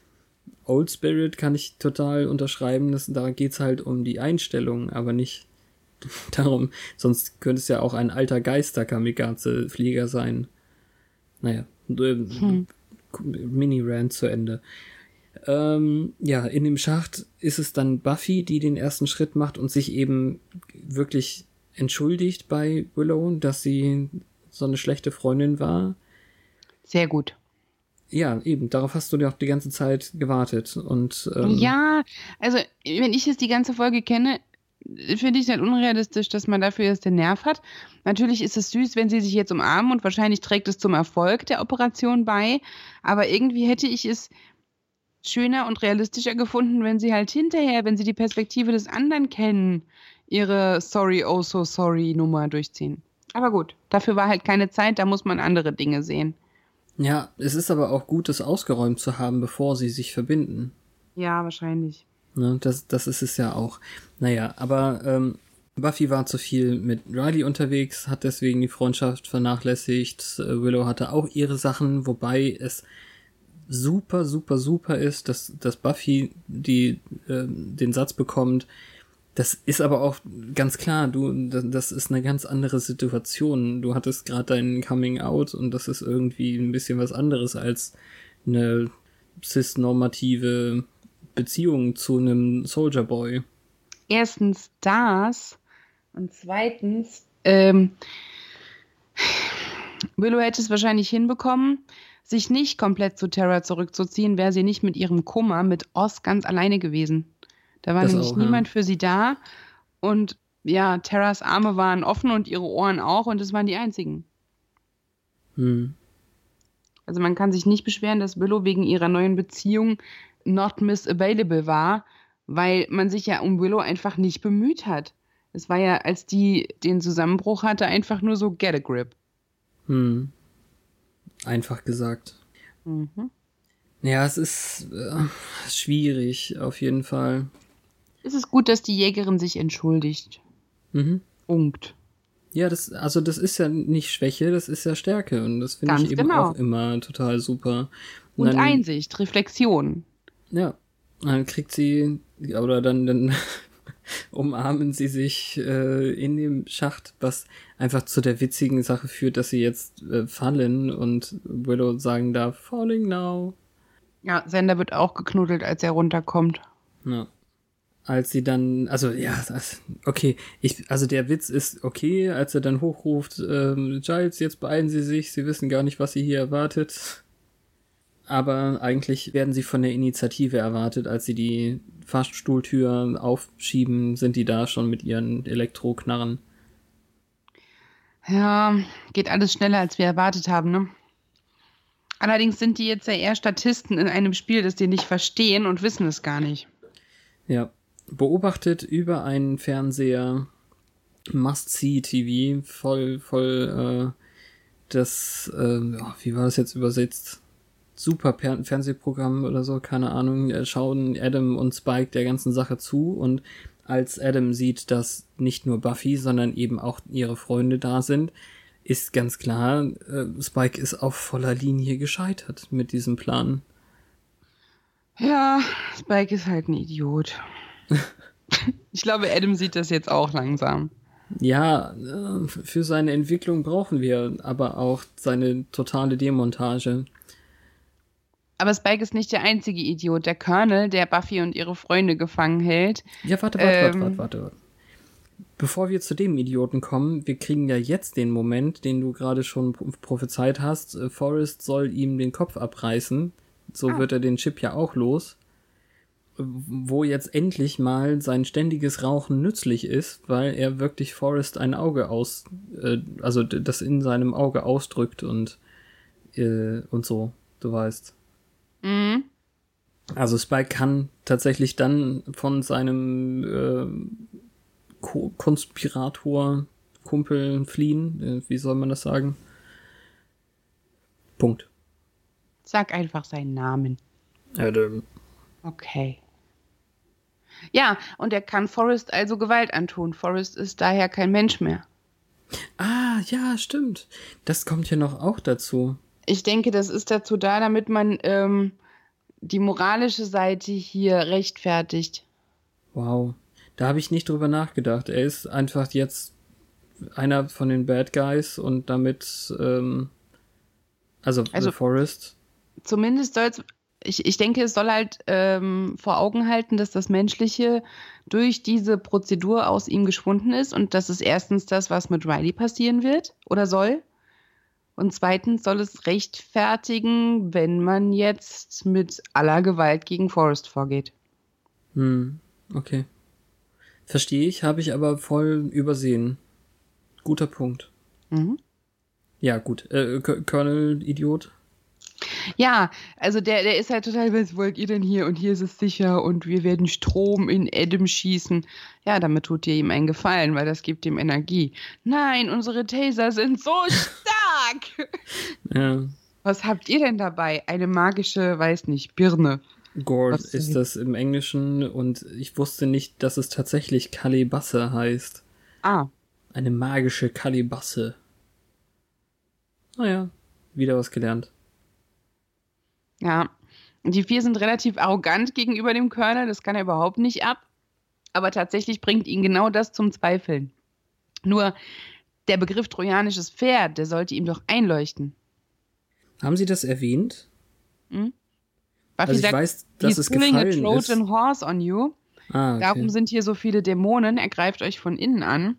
Old Spirit kann ich total unterschreiben, dass, da geht's halt um die Einstellung, aber nicht darum, sonst könnte es ja auch ein alter Geister-Kamikaze-Flieger sein. Naja, hm. Mini-Rant zu Ende. Ähm, ja, in dem Schacht ist es dann Buffy, die den ersten Schritt macht und sich eben wirklich entschuldigt bei Willow, dass sie so eine schlechte Freundin war.
Sehr gut.
Ja, eben, darauf hast du ja auch die ganze Zeit gewartet. Und ähm,
ja, also wenn ich jetzt die ganze Folge kenne, finde ich es halt unrealistisch, dass man dafür jetzt den Nerv hat. Natürlich ist es süß, wenn sie sich jetzt umarmen und wahrscheinlich trägt es zum Erfolg der Operation bei, aber irgendwie hätte ich es schöner und realistischer gefunden, wenn sie halt hinterher, wenn sie die Perspektive des anderen kennen, ihre Sorry, oh so sorry Nummer durchziehen. Aber gut, dafür war halt keine Zeit, da muss man andere Dinge sehen.
Ja, es ist aber auch gut, das ausgeräumt zu haben, bevor sie sich verbinden.
Ja, wahrscheinlich.
Ne, das, das ist es ja auch. Naja, aber ähm, Buffy war zu viel mit Riley unterwegs, hat deswegen die Freundschaft vernachlässigt. Willow hatte auch ihre Sachen, wobei es super, super, super ist, dass, dass Buffy die, äh, den Satz bekommt. Das ist aber auch ganz klar, du, das ist eine ganz andere Situation. Du hattest gerade dein Coming Out und das ist irgendwie ein bisschen was anderes als eine cis-normative Beziehung zu einem Soldier Boy.
Erstens das und zweitens, ähm, Willow hätte es wahrscheinlich hinbekommen, sich nicht komplett zu Tara zurückzuziehen, wäre sie nicht mit ihrem Kummer mit Oz ganz alleine gewesen. Da war das nämlich auch, niemand ja. für sie da und ja, Taras Arme waren offen und ihre Ohren auch und es waren die einzigen.
Hm.
Also man kann sich nicht beschweren, dass Willow wegen ihrer neuen Beziehung not miss available war, weil man sich ja um Willow einfach nicht bemüht hat. Es war ja, als die den Zusammenbruch hatte, einfach nur so get a grip.
Hm. Einfach gesagt.
Mhm.
Ja, es ist äh, schwierig, auf jeden Fall.
Es ist gut, dass die Jägerin sich entschuldigt.
Mhm.
Punkt.
Ja, das, also das ist ja nicht Schwäche, das ist ja Stärke und das finde ich eben genau. auch immer total super.
Und, und dann, Einsicht, Reflexion.
Ja, dann kriegt sie, oder dann, dann umarmen sie sich äh, in dem Schacht, was einfach zu der witzigen Sache führt, dass sie jetzt äh, fallen und Willow sagen darf, falling now.
Ja, Xander wird auch geknuddelt, als er runterkommt.
Ja. Als sie dann, also ja, das, okay, ich, also der Witz ist okay, als er dann hochruft, ähm, Giles, jetzt beeilen Sie sich, Sie wissen gar nicht, was Sie hier erwartet. Aber eigentlich werden sie von der Initiative erwartet, als sie die Fahrstuhltür aufschieben, sind die da schon mit ihren Elektroknarren.
Ja, geht alles schneller, als wir erwartet haben, ne? Allerdings sind die jetzt ja eher Statisten in einem Spiel, das die nicht verstehen und wissen es gar nicht.
Ja. Beobachtet über einen Fernseher Must-See-T V, voll, voll, äh, das, äh, wie war das jetzt übersetzt? Super per- Fernsehprogramm oder so, keine Ahnung, schauen Adam und Spike der ganzen Sache zu und als Adam sieht, dass nicht nur Buffy, sondern eben auch ihre Freunde da sind, ist ganz klar, äh, Spike ist auf voller Linie gescheitert mit diesem Plan.
Ja, Spike ist halt ein Idiot. Ich glaube, Adam sieht das jetzt auch langsam.
Ja, für seine Entwicklung brauchen wir aber auch seine totale Demontage.
Aber Spike ist nicht der einzige Idiot. Der Colonel, der Buffy und ihre Freunde gefangen hält.
Ja, warte, warte, ähm, warte, warte, warte. Bevor wir zu dem Idioten kommen, wir kriegen ja jetzt den Moment, den du gerade schon prophezeit hast. Forrest soll ihm den Kopf abreißen. So ah. wird er den Chip ja auch los. Wo jetzt endlich mal sein ständiges Rauchen nützlich ist, weil er wirklich Forrest ein Auge aus, äh, also das in seinem Auge ausdrückt und äh, und so, du weißt.
Mhm.
Also Spike kann tatsächlich dann von seinem äh, Ko- Konspirator Kumpel fliehen, äh, wie soll man das sagen? Punkt.
Sag einfach seinen Namen.
Adam.
Okay. Ja, und er kann Forrest also Gewalt antun. Forrest ist daher kein Mensch mehr.
Ah, ja, stimmt. Das kommt ja noch auch dazu.
Ich denke, das ist dazu da, damit man ähm, die moralische Seite hier rechtfertigt.
Wow, da habe ich nicht drüber nachgedacht. Er ist einfach jetzt einer von den Bad Guys und damit, ähm, also,
also
The Forest.
Zumindest soll es, ich, ich denke, es soll halt ähm, vor Augen halten, dass das Menschliche durch diese Prozedur aus ihm geschwunden ist und das ist erstens das, was mit Riley passieren wird oder soll. Und zweitens soll es rechtfertigen, wenn man jetzt mit aller Gewalt gegen Forrest vorgeht.
Hm, okay. Verstehe ich, habe ich aber voll übersehen. Guter Punkt.
Mhm.
Ja, gut. Äh, Colonel Idiot?
Ja, also der, der ist halt total, was wollt ihr denn hier? Und hier ist es sicher und wir werden Strom in Adam schießen. Ja, damit tut ihr ihm einen Gefallen, weil das gibt ihm Energie. Nein, unsere Taser sind so stark!
Ja.
Was habt ihr denn dabei? Eine magische, weiß nicht, Birne.
Gord ist das im Englischen und ich wusste nicht, dass es tatsächlich Kalebasse heißt.
Ah.
Eine magische Kalebasse. Naja, wieder was gelernt.
Ja, die vier sind relativ arrogant gegenüber dem Colonel, das kann er überhaupt nicht ab. Aber tatsächlich bringt ihn genau das zum Zweifeln. Nur der Begriff trojanisches Pferd, der sollte ihm doch einleuchten.
Haben Sie das erwähnt?
Hm?
Also ich
sagt,
weiß, dass es gefallen
a Trojan
ist.
Horse on you.
Ah, okay.
Darum sind hier so viele Dämonen, er greift euch von innen an.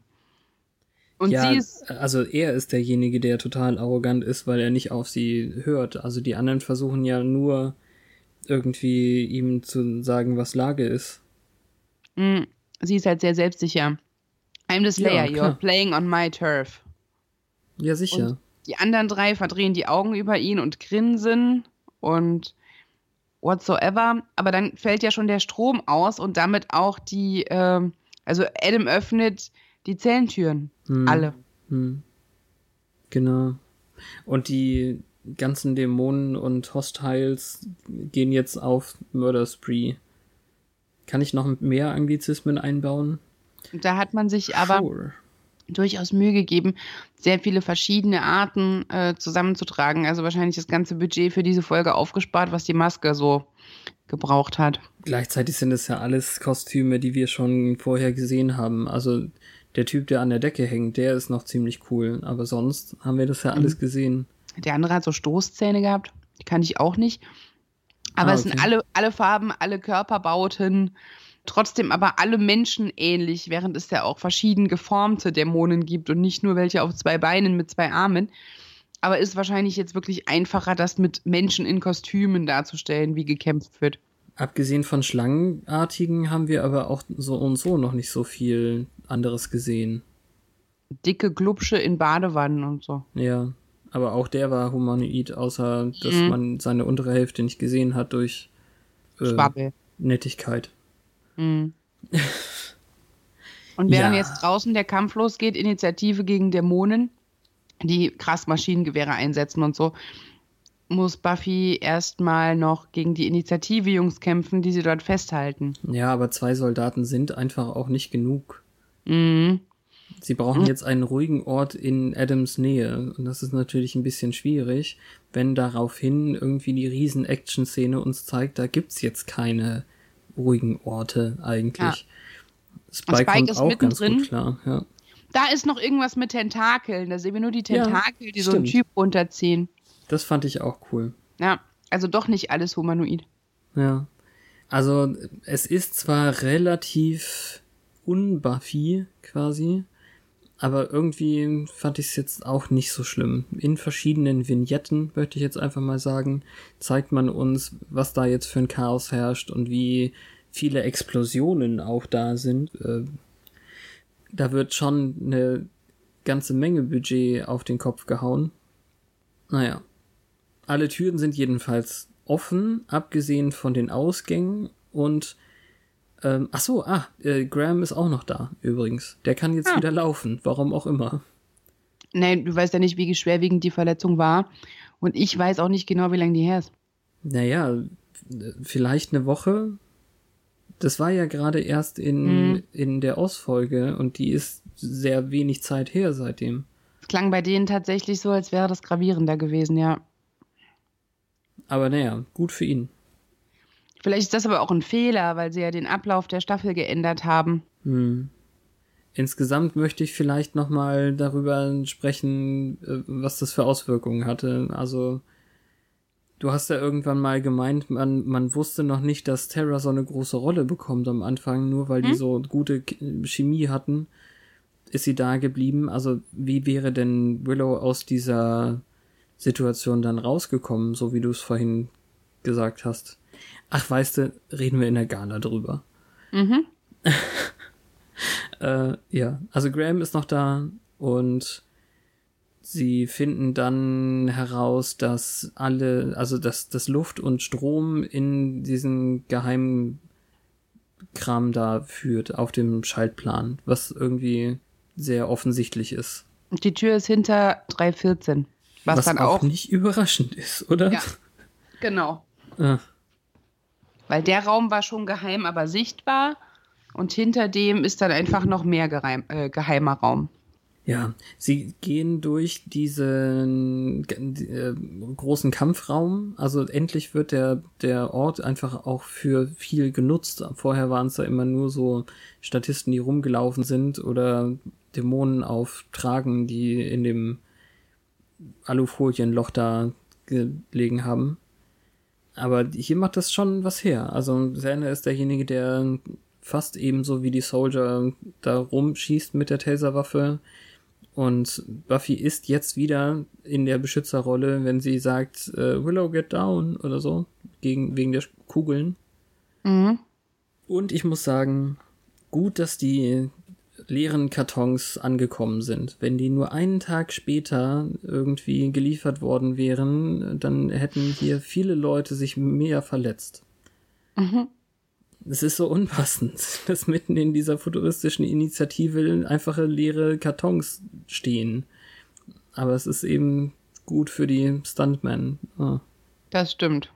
Und
ja,
sie ist.
Also er ist derjenige, der total arrogant ist, weil er nicht auf sie hört. Also die anderen versuchen ja nur irgendwie ihm zu sagen, was Lage ist.
Mh, sie ist halt sehr selbstsicher. I'm the Slayer,
Ja,
you're
klar.
playing on my turf.
Ja, sicher.
Und die anderen drei verdrehen die Augen über ihn und grinsen und whatsoever. Aber dann fällt ja schon der Strom aus und damit auch die, ähm, also Adam öffnet die Zellentüren.
Hm.
Alle.
Hm. Genau. Und die ganzen Dämonen und Hostiles gehen jetzt auf Murder Spree. Kann ich noch mehr Anglizismen einbauen?
Und da hat man sich aber
Sure.
durchaus Mühe gegeben, sehr viele verschiedene Arten äh, zusammenzutragen. Also wahrscheinlich das ganze Budget für diese Folge aufgespart, was die Maske so gebraucht hat.
Gleichzeitig sind es ja alles Kostüme, die wir schon vorher gesehen haben. Also der Typ, der an der Decke hängt, der ist noch ziemlich cool. Aber sonst haben wir das ja alles gesehen.
Der andere hat so Stoßzähne gehabt. Die kann ich auch nicht. Aber
Ah,
es sind
okay.
alle, alle Farben, alle Körperbauten. Trotzdem aber alle Menschen ähnlich, während es ja auch verschieden geformte Dämonen gibt und nicht nur welche auf zwei Beinen mit zwei Armen. Aber ist wahrscheinlich jetzt wirklich einfacher, das mit Menschen in Kostümen darzustellen, wie gekämpft wird.
Abgesehen von Schlangenartigen haben wir aber auch so und so noch nicht so viel anderes gesehen.
Dicke Glubsche in Badewannen und so.
Ja, aber auch der war humanoid, außer dass
Mhm.
man seine untere Hälfte nicht gesehen hat durch äh,
Schwabbel.
Nettigkeit.
Mhm. Und während
Ja.
jetzt draußen der Kampf losgeht, Initiative gegen Dämonen, die krass Maschinengewehre einsetzen und so, muss Buffy erstmal noch gegen die Initiative-Jungs kämpfen, die sie dort festhalten.
Ja, aber zwei Soldaten sind einfach auch nicht genug.
Mhm.
Sie brauchen jetzt einen ruhigen Ort in Adams Nähe. Und das ist natürlich ein bisschen schwierig, wenn daraufhin irgendwie die riesen Action-Szene uns zeigt, da gibt's jetzt keine ruhigen Orte eigentlich. Spike,
Spike
kommt
ist
auch ganz
mittendrin.
gut klar. Ja.
Da ist noch irgendwas mit Tentakeln. Da sehen wir nur die Tentakel,
Ja,
die so einen
stimmt.
Typ runterziehen.
Das fand ich auch cool.
Ja, also doch nicht alles humanoid.
Ja. Also, es ist zwar relativ un-Buffy quasi, aber irgendwie fand ich es jetzt auch nicht so schlimm. In verschiedenen Vignetten, möchte ich jetzt einfach mal sagen, zeigt man uns, was da jetzt für ein Chaos herrscht und wie viele Explosionen auch da sind. Äh, da wird schon eine ganze Menge Budget auf den Kopf gehauen. Naja. Alle Türen sind jedenfalls offen, abgesehen von den Ausgängen und ähm, ach so, ah, äh, Graham ist auch noch da, übrigens. Der kann jetzt
Ah.
wieder laufen, warum auch immer.
Nee, du weißt ja nicht, wie schwerwiegend die Verletzung war. Und ich weiß auch nicht genau, wie lange die her ist.
Naja, äh, vielleicht eine Woche. Das war ja gerade erst in,
Mhm.
in der Ausfolge und die ist sehr wenig Zeit her seitdem.
Es klang bei denen tatsächlich so, als wäre das gravierender gewesen, ja.
Aber naja, gut für ihn.
Vielleicht ist das aber auch ein Fehler, weil sie ja den Ablauf der Staffel geändert haben.
Hm. Insgesamt möchte ich vielleicht nochmal darüber sprechen, was das für Auswirkungen hatte. Also, du hast ja irgendwann mal gemeint, man, man wusste noch nicht, dass Tara so eine große Rolle bekommt am Anfang, nur weil hm? die so gute Chemie hatten, ist sie da geblieben. Also, wie wäre denn Willow aus dieser Situation dann rausgekommen, so wie du es vorhin gesagt hast? Ach, weißt du, reden wir in der Gala drüber.
Mhm.
äh, ja, also Graham ist noch da und sie finden dann heraus, dass alle, also dass, dass Luft und Strom in diesen geheimen Kram da führt, auf dem Schaltplan, was irgendwie sehr offensichtlich ist.
Und die Tür ist hinter drei vierzehn. Was,
was
dann
auch,
auch
nicht überraschend ist, oder?
Ja, genau.
Ah.
Weil der Raum war schon geheim, aber sichtbar. Und hinter dem ist dann einfach noch mehr geheim, äh, geheimer Raum.
Ja, sie gehen durch diesen äh, großen Kampfraum. Also endlich wird der, der Ort einfach auch für viel genutzt. Vorher waren es da immer nur so Statisten, die rumgelaufen sind oder Dämonen auf Tragen, die in dem Alufolienloch da gelegen haben. Aber hier macht das schon was her. Also Xander ist derjenige, der fast ebenso wie die Soldier da rumschießt mit der Taserwaffe. Und Buffy ist jetzt wieder in der Beschützerrolle, wenn sie sagt, äh, Willow, get down oder so, gegen, wegen der Kugeln.
Mhm.
Und ich muss sagen, gut, dass die leeren Kartons angekommen sind. Wenn die nur einen Tag später irgendwie geliefert worden wären, dann hätten hier viele Leute sich mehr verletzt.
Mhm.
Es ist so unpassend, dass mitten in dieser futuristischen Initiative einfache leere Kartons stehen. Aber es ist eben gut für die Stuntmen. Oh.
Das stimmt.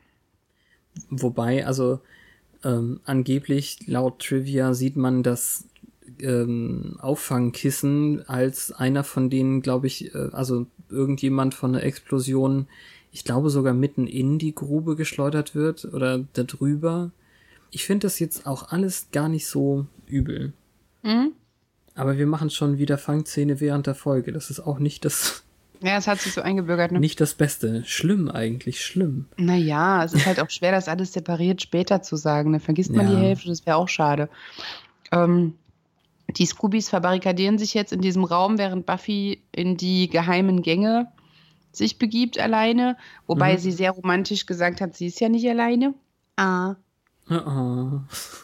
Wobei, also ähm, angeblich laut Trivia sieht man das ähm, Auffangkissen als einer von denen, glaube ich, äh, also irgendjemand von der Explosion, ich glaube sogar mitten in die Grube geschleudert wird oder da drüber. Ich finde das jetzt auch alles gar nicht so übel.
Mhm.
Aber wir machen schon wieder Fangszene während der Folge. Das ist auch nicht das...
Ja, es hat sich so eingebürgert, ne?
Nicht das Beste. Schlimm eigentlich, schlimm.
Naja, es ist halt auch schwer, das alles separiert später zu sagen. Da vergisst man
Ja.
die Hälfte, das wäre auch schade. Ähm, die Scoobies verbarrikadieren sich jetzt in diesem Raum, während Buffy in die geheimen Gänge sich begibt alleine. Wobei
Mhm.
sie sehr romantisch gesagt hat, sie ist ja nicht alleine. Ah.
Oh.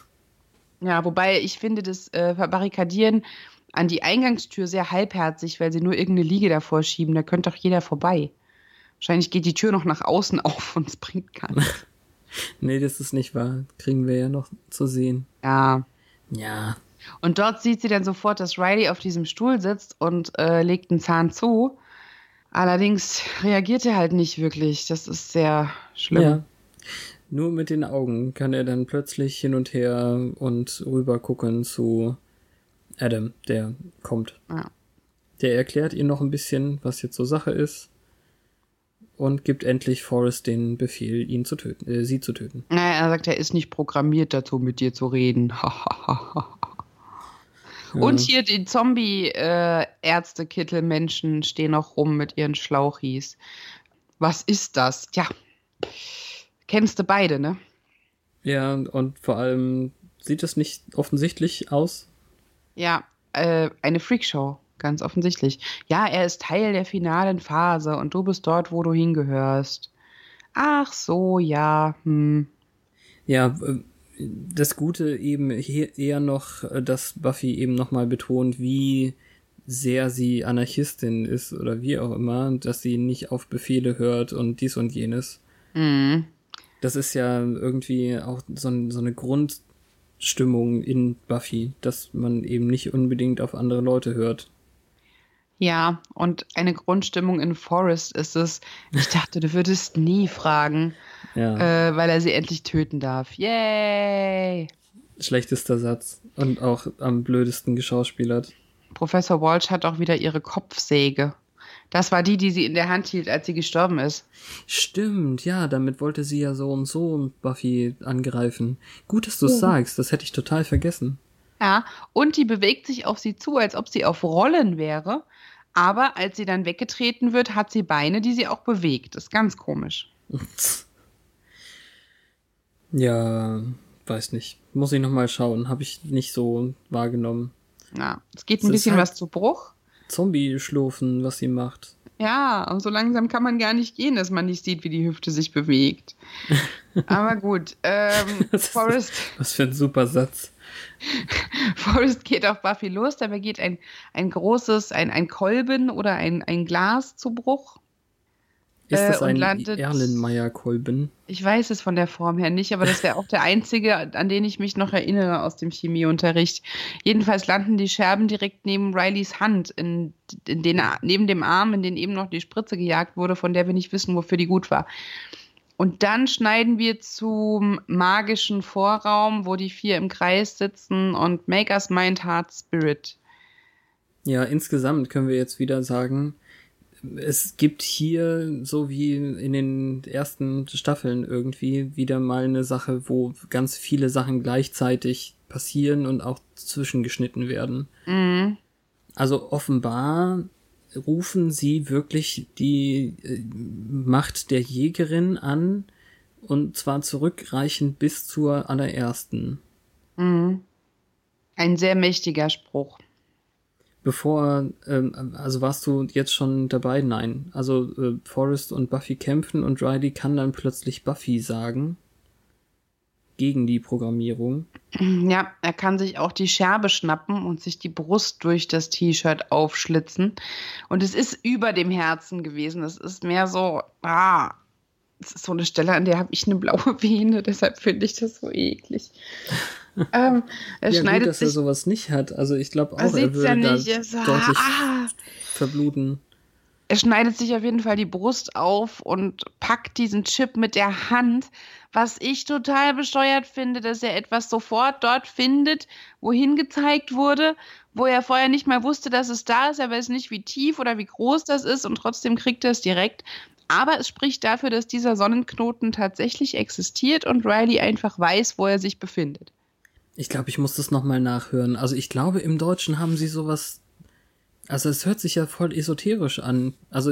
Ja, wobei ich finde das äh, Verbarrikadieren an die Eingangstür sehr halbherzig, weil sie nur irgendeine Liege davor schieben. Da könnte doch jeder vorbei. Wahrscheinlich geht die Tür noch nach außen auf und es bringt gar nichts.
Nee, das ist nicht wahr. Kriegen wir ja noch zu sehen.
Ja.
Ja.
Und dort sieht sie dann sofort, dass Riley auf diesem Stuhl sitzt und äh, legt einen Zahn zu. Allerdings reagiert er halt nicht wirklich. Das ist sehr schlimm.
Ja. Nur mit den Augen kann er dann plötzlich hin und her und rüber gucken zu Adam, der kommt.
Ja.
Der erklärt ihr noch ein bisschen, was jetzt so Sache ist und gibt endlich Forrest den Befehl, ihn zu töten, äh, sie zu töten.
Naja, er sagt, er ist nicht programmiert dazu, mit dir zu reden. Und hier die Zombie-Ärzte-Kittel-Menschen stehen noch rum mit ihren Schlauchis. Was ist das? Ja, kennst du beide, ne?
Ja, und vor allem sieht es nicht offensichtlich aus.
Ja, äh, eine Freakshow, ganz offensichtlich. Ja, er ist Teil der finalen Phase und du bist dort, wo du hingehörst. Ach so, ja, hm.
Ja, das Gute eben hier eher noch, dass Buffy eben nochmal betont, wie sehr sie Anarchistin ist oder wie auch immer, dass sie nicht auf Befehle hört und dies und jenes.
Mhm.
Das ist ja irgendwie auch so, so eine Grundstimmung in Buffy, dass man eben nicht unbedingt auf andere Leute hört.
Ja, und eine Grundstimmung in Forrest ist es, ich dachte, du würdest nie fragen,
Ja.
äh, weil er sie endlich töten darf. Yay!
Schlechtester Satz und auch am blödesten geschauspielert.
Professor Walsh hat auch wieder ihre Kopfsäge. Das war die, die sie in der Hand hielt, als sie gestorben ist.
Stimmt, ja, damit wollte sie ja so und so Buffy angreifen. Gut, dass du es mhm. sagst, das hätte ich total vergessen.
Ja, und die bewegt sich auf sie zu, als ob sie auf Rollen wäre. Aber als sie dann weggetreten wird, hat sie Beine, die sie auch bewegt. Das ist ganz komisch.
Ja, weiß nicht. Muss ich nochmal schauen. Habe ich nicht so wahrgenommen.
Ja, es geht ein das bisschen halt was zu Bruch.
Zombie-Schlurfen, was sie macht.
Ja, und so langsam kann man gar nicht gehen, dass man nicht sieht, wie die Hüfte sich bewegt. Aber gut, ähm, Forrest...
Was für ein super Satz.
Forrest geht auf Buffy los, dabei geht ein, ein großes, ein, ein Kolben oder ein, ein Glas zu Bruch.
Ist das
äh,
ein
landet,
Erlenmeyer-Kolben?
Ich weiß es von der Form her nicht, aber das wäre auch der einzige, an den ich mich noch erinnere aus dem Chemieunterricht. Jedenfalls landen die Scherben direkt neben Rileys Hand, in, in den, neben dem Arm, in den eben noch die Spritze gejagt wurde, von der wir nicht wissen, wofür die gut war. Und dann schneiden wir zum magischen Vorraum, wo die vier im Kreis sitzen und Make Us Mind, Heart, Spirit.
Ja, insgesamt können wir jetzt wieder sagen, es gibt hier, so wie in den ersten Staffeln irgendwie, wieder mal eine Sache, wo ganz viele Sachen gleichzeitig passieren und auch zwischengeschnitten werden.
Mhm.
Also offenbar rufen sie wirklich die äh, Macht der Jägerin an, und zwar zurückreichend bis zur allerersten.
Mhm. Ein sehr mächtiger Spruch.
Bevor, ähm, also warst du jetzt schon dabei? Nein. Also äh, Forrest und Buffy kämpfen und Riley kann dann plötzlich Buffy sagen. Gegen die Programmierung.
Ja, er kann sich auch die Scherbe schnappen und sich die Brust durch das T-Shirt aufschlitzen. Und es ist über dem Herzen gewesen. Es ist mehr so, ah, es ist so eine Stelle, an der habe ich eine blaue Vene, deshalb finde ich das so eklig. ähm, er
ja,
schneidet
gut, dass
sich,
er sowas nicht hat. Also ich glaube auch,
er
er würde
ja
da
nicht, er sagt,
deutlich
ah.
verbluten.
Er schneidet sich auf jeden Fall die Brust auf und packt diesen Chip mit der Hand, was ich total bescheuert finde, dass er etwas sofort dort findet, wohin gezeigt wurde, wo er vorher nicht mal wusste, dass es da ist. Er weiß nicht, wie tief oder wie groß das ist, und trotzdem kriegt er es direkt. Aber es spricht dafür, dass dieser Sonnenknoten tatsächlich existiert und Riley einfach weiß, wo er sich befindet.
Ich glaube, ich muss das nochmal nachhören. Also ich glaube, im Deutschen haben sie sowas... Also es hört sich ja voll esoterisch an. Also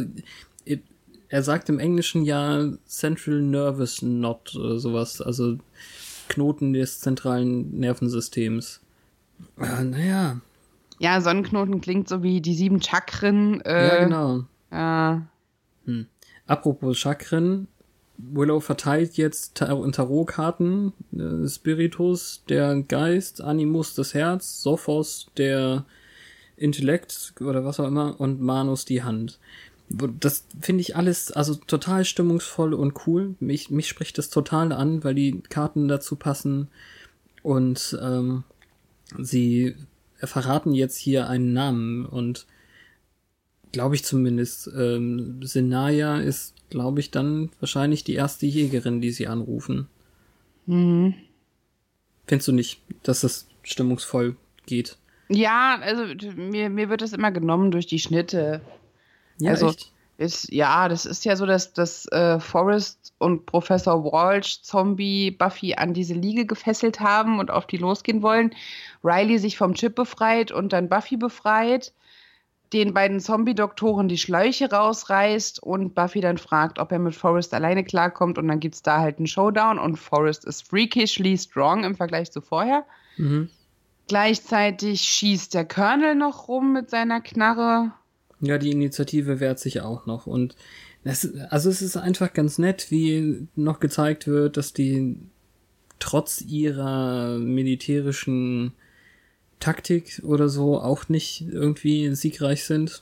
er sagt im Englischen ja Central Nervous Knot oder sowas. Also Knoten des zentralen Nervensystems. Äh, naja.
Ja, Sonnenknoten klingt so wie die sieben Chakren. Äh,
ja, genau.
Ja.
Hm. Apropos Chakren, Willow verteilt jetzt Tar- Tarotkarten. Äh, Spiritus, der Geist, Animus, das Herz, Sophos, der Intellekt oder was auch immer, und Manus, die Hand. Das finde ich alles also total stimmungsvoll und cool. Mich, mich spricht das total an, weil die Karten dazu passen, und ähm, sie verraten jetzt hier einen Namen, und glaube ich zumindest, ähm, Senaya ist, glaube ich, dann wahrscheinlich die erste Jägerin, die sie anrufen.
Mhm.
Findest du nicht, dass das stimmungsvoll geht?
Ja, also mir, mir wird das immer genommen durch die Schnitte.
Ja,
also,
echt?
Ist, ja, das ist ja so, dass, dass äh, Forrest und Professor Walsh Zombie Buffy an diese Liege gefesselt haben und auf die losgehen wollen. Riley sich vom Chip befreit und dann Buffy befreit, den beiden Zombie-Doktoren die Schläuche rausreißt und Buffy dann fragt, ob er mit Forrest alleine klarkommt, und dann gibt's da halt einen Showdown und Forrest ist freakishly strong im Vergleich zu vorher.
Mhm.
Gleichzeitig schießt der Colonel noch rum mit seiner Knarre.
Ja, die Initiative wehrt sich auch noch. Und das, also es ist einfach ganz nett, wie noch gezeigt wird, dass die trotz ihrer militärischen Taktik oder so auch nicht irgendwie siegreich sind.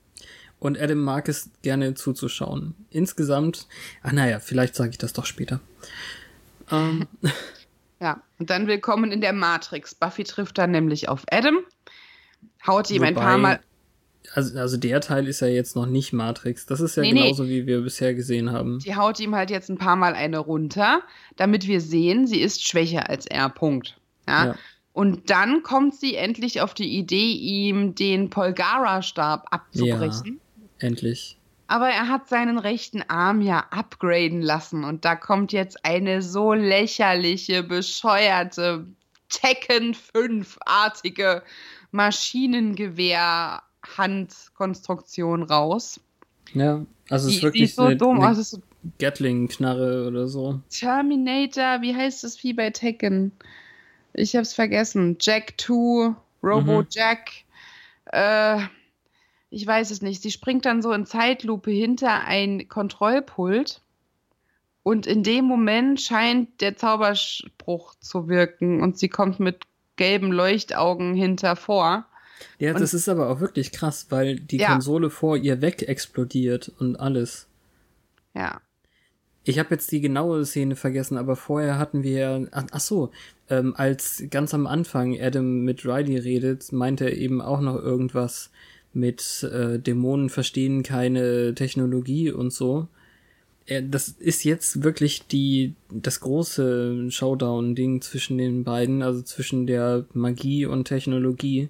Und Adam mag es gerne zuzuschauen. Insgesamt, ach naja, vielleicht sage ich das doch später. Ähm...
Ja, und dann willkommen in der Matrix. Buffy trifft dann nämlich auf Adam, haut ihm
Wobei,
ein paar Mal...
Also, also der Teil ist ja jetzt noch nicht Matrix. Das ist ja
nee,
genauso,
nee.
wie wir bisher gesehen haben.
Die haut ihm halt jetzt ein paar Mal eine runter, damit wir sehen, sie ist schwächer als er. Punkt. Ja?
Ja.
Und dann kommt sie endlich auf die Idee, ihm den Polgara-Stab abzubrechen.
endlich.
Aber er hat seinen rechten Arm ja upgraden lassen und da kommt jetzt eine so lächerliche, bescheuerte Tekken fünf-artige Maschinengewehr-Handkonstruktion raus.
Ja, also es ist
Die
wirklich
sieht so
eine,
dumm
eine
aus. Es ist
Gatling-Knarre oder so.
Terminator, wie heißt das Vieh bei Tekken? Ich hab's vergessen. Jack zwei, Robo
Mhm.
Jack. Äh, ich weiß es nicht. Sie springt dann so in Zeitlupe hinter ein Kontrollpult und in dem Moment scheint der Zauberspruch zu wirken und sie kommt mit gelben Leuchtaugen hinter vor.
Ja,
Und-
das ist aber auch wirklich krass, weil die
Ja.
Konsole vor ihr weg explodiert und alles.
Ja.
Ich habe jetzt die genaue Szene vergessen, aber vorher hatten wir, ach, ach so, ähm, als ganz am Anfang Adam mit Riley redet, meint er eben auch noch irgendwas mit äh, Dämonen verstehen keine Technologie und so. Er, das ist jetzt wirklich die das große Showdown-Ding zwischen den beiden, also zwischen der Magie und Technologie,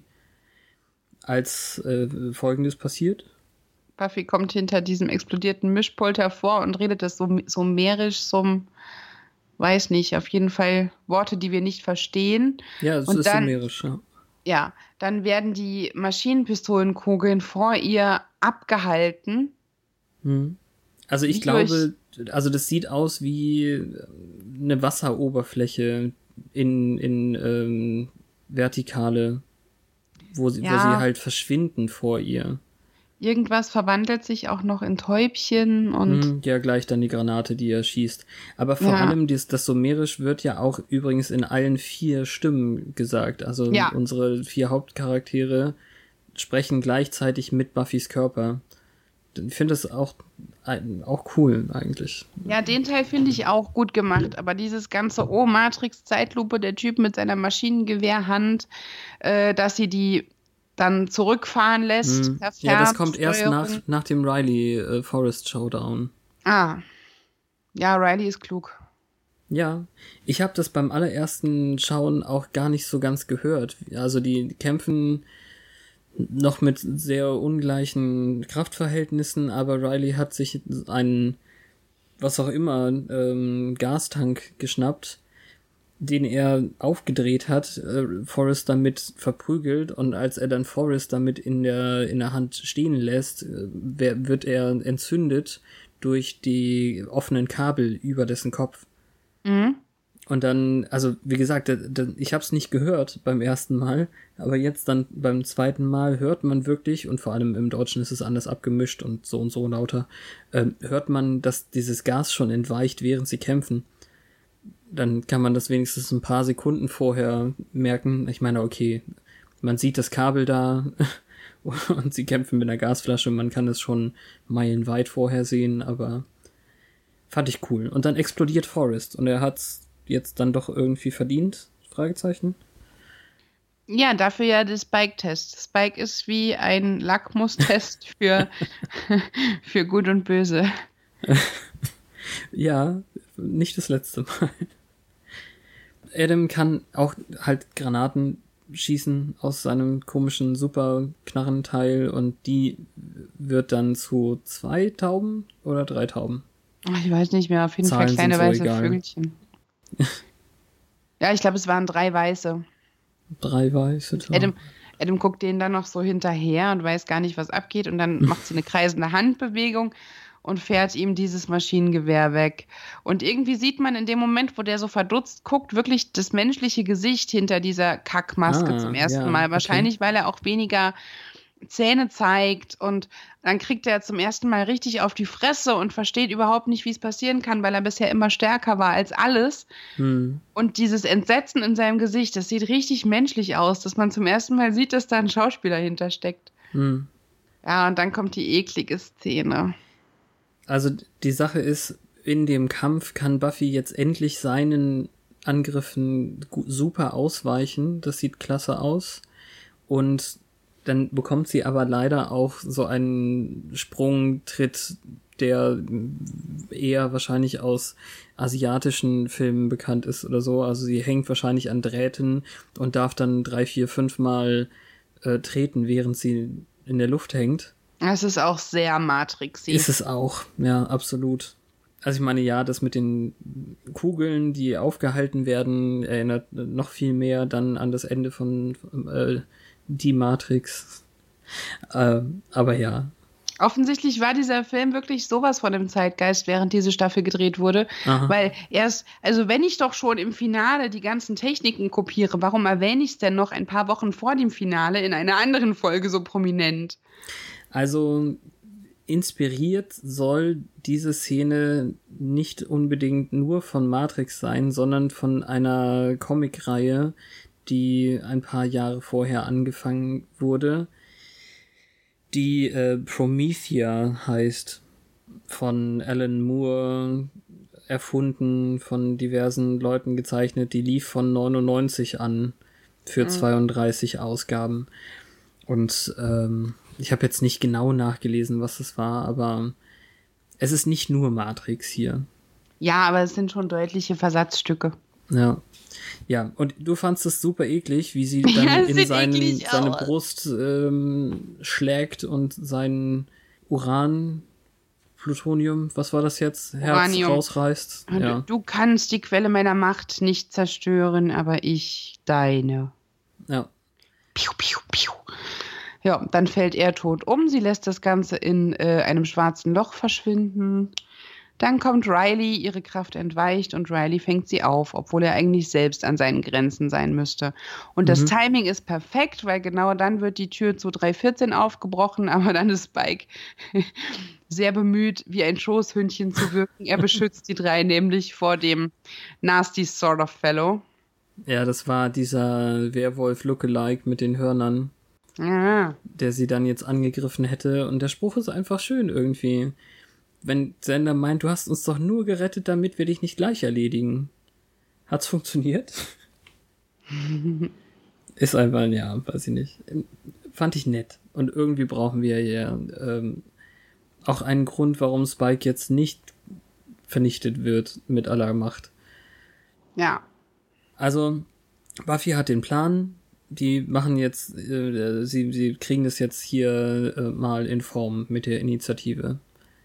als äh, Folgendes passiert.
Buffy kommt hinter diesem explodierten Mischpult hervor und redet das so, so mährisch, so, weiß nicht, auf jeden Fall Worte, die wir nicht verstehen.
Ja, es
Und
ist
dann-
sumerisch, ja.
Ja, dann werden die Maschinenpistolenkugeln vor ihr abgehalten.
Hm. Also ich
Wie
glaube, also das sieht aus wie eine Wasseroberfläche in, in ähm, Vertikale, wo sie, wo
Ja.
sie halt verschwinden vor ihr.
Irgendwas verwandelt sich auch noch in Täubchen und
Hm, ja, gleich dann die Granate, die er schießt. Aber vor
Ja.
allem, das, das Sumerisch wird ja auch übrigens in allen vier Stimmen gesagt. Also
Ja.
unsere vier Hauptcharaktere sprechen gleichzeitig mit Buffys Körper. Ich finde das auch, ein- auch cool eigentlich.
ja, den Teil finde ich auch gut gemacht, aber dieses ganze Oh, Matrix, Zeitlupe, der Typ mit seiner Maschinengewehrhand, äh, dass sie die dann zurückfahren lässt.
Hm.
per
Ja, das kommt erst
Fernsteuerung.
nach, nach dem Riley-Forest-Showdown.
Ah, ja, Riley ist klug.
Ja, ich habe das beim allerersten Schauen auch gar nicht so ganz gehört. Also die kämpfen noch mit sehr ungleichen Kraftverhältnissen, aber Riley hat sich einen, was auch immer, ähm, Gastank geschnappt, den er aufgedreht hat, äh, Forrest damit verprügelt, und als er dann Forrest damit in der in der Hand stehen lässt, äh, wer- wird er entzündet durch die offenen Kabel über dessen Kopf.
Mhm.
Und dann, also wie gesagt, da, da, ich habe es nicht gehört beim ersten Mal, aber jetzt dann beim zweiten Mal hört man wirklich, und vor allem im Deutschen ist es anders abgemischt und so und so lauter, ähm, hört man, dass dieses Gas schon entweicht, während sie kämpfen. Dann kann man das wenigstens ein paar Sekunden vorher merken. Ich meine, okay, man sieht das Kabel da und sie kämpfen mit einer Gasflasche, man kann es schon meilenweit vorher sehen, aber fand ich cool. Und dann explodiert Forrest und er hat's jetzt dann doch irgendwie verdient? Fragezeichen.
Ja, dafür ja der Spike-Test. Spike ist wie ein Lackmustest für, für Gut und Böse.
Ja, nicht das letzte Mal. Adam kann auch halt Granaten schießen aus seinem komischen Superknarrenteil und die wird dann zu zwei Tauben oder drei Tauben.
Ach, ich weiß nicht mehr, auf jeden
Zahlen
Fall kleine
sind so
weiße
egal.
Vögelchen. Ja, ich glaube, es waren drei weiße.
Drei weiße Tauben.
Adam, Adam guckt denen dann noch so hinterher und weiß gar nicht, was abgeht. Und dann macht sie eine kreisende Handbewegung und fährt ihm dieses Maschinengewehr weg. Und irgendwie sieht man in dem Moment, wo der so verdutzt guckt, wirklich das menschliche Gesicht hinter dieser Kackmaske
Ah,
zum ersten
ja,
Mal.
okay.
Wahrscheinlich, weil er auch weniger Zähne zeigt. Und dann kriegt er zum ersten Mal richtig auf die Fresse und versteht überhaupt nicht, wie es passieren kann, weil er bisher immer stärker war als alles.
Hm.
Und dieses Entsetzen in seinem Gesicht, das sieht richtig menschlich aus, dass man zum ersten Mal sieht, dass da ein Schauspieler hintersteckt.
Hm.
Ja, und dann kommt die eklige Szene.
Also die Sache ist, in dem Kampf kann Buffy jetzt endlich seinen Angriffen gu- super ausweichen. Das sieht klasse aus. Und dann bekommt sie aber leider auch so einen Sprungtritt, der eher wahrscheinlich aus asiatischen Filmen bekannt ist oder so. Also sie hängt wahrscheinlich an Drähten und darf dann drei, vier, fünf Mal äh, treten, während sie in der Luft hängt.
Es ist auch sehr Matrixy.
Ist es auch, ja, absolut. Also ich meine, ja, das mit den Kugeln, die aufgehalten werden, erinnert noch viel mehr dann an das Ende von äh, Die Matrix. Äh, aber ja.
Offensichtlich war dieser Film wirklich sowas von dem Zeitgeist, während diese Staffel gedreht wurde. Aha. Weil erst, also wenn ich doch schon im Finale die ganzen Techniken kopiere, warum erwähne ich es denn noch ein paar Wochen vor dem Finale in einer anderen Folge so prominent?
Also inspiriert soll diese Szene nicht unbedingt nur von Matrix sein, sondern von einer Comicreihe, die ein paar Jahre vorher angefangen wurde, die äh, Promethea heißt, von Alan Moore erfunden, von diversen Leuten gezeichnet, die lief von neunundneunzig an für mhm. zweiunddreißig Ausgaben. Und ähm, ich habe jetzt nicht genau nachgelesen, was es war, aber es ist nicht nur Matrix hier.
Ja, aber es sind schon deutliche Versatzstücke.
Ja. Ja, und du fandst es super eklig, wie sie dann ja, in sein, seine aus. Brust ähm, schlägt und sein Uran, Plutonium, was war das jetzt? Herz Uranium. rausreißt. Ja.
Du kannst die Quelle meiner Macht nicht zerstören, aber ich deine.
Ja.
Piu, piu, piu. Ja, dann fällt er tot um. Sie lässt das Ganze in äh, einem schwarzen Loch verschwinden. Dann kommt Riley, ihre Kraft entweicht und Riley fängt sie auf, obwohl er eigentlich selbst an seinen Grenzen sein müsste. Und mhm. das Timing ist perfekt, weil genau dann wird die Tür zu drei vierzehn aufgebrochen, aber dann ist Spike sehr bemüht, wie ein Schoßhündchen zu wirken. Er beschützt die drei nämlich vor dem nasty sort of fellow.
Ja, das war dieser Werwolf-Lookalike mit den Hörnern,
ja.
der sie dann jetzt angegriffen hätte. Und der Spruch ist einfach schön irgendwie. Wenn Xander meint, du hast uns doch nur gerettet, damit wir dich nicht gleich erledigen. Hat's funktioniert? Ist einfach, ja, weiß ich nicht. Fand ich nett. Und irgendwie brauchen wir ja ähm, auch einen Grund, warum Spike jetzt nicht vernichtet wird mit aller Macht.
Ja.
Also, Buffy hat den Plan. Die machen jetzt, äh, sie, sie kriegen das jetzt hier äh, mal in Form mit der Initiative.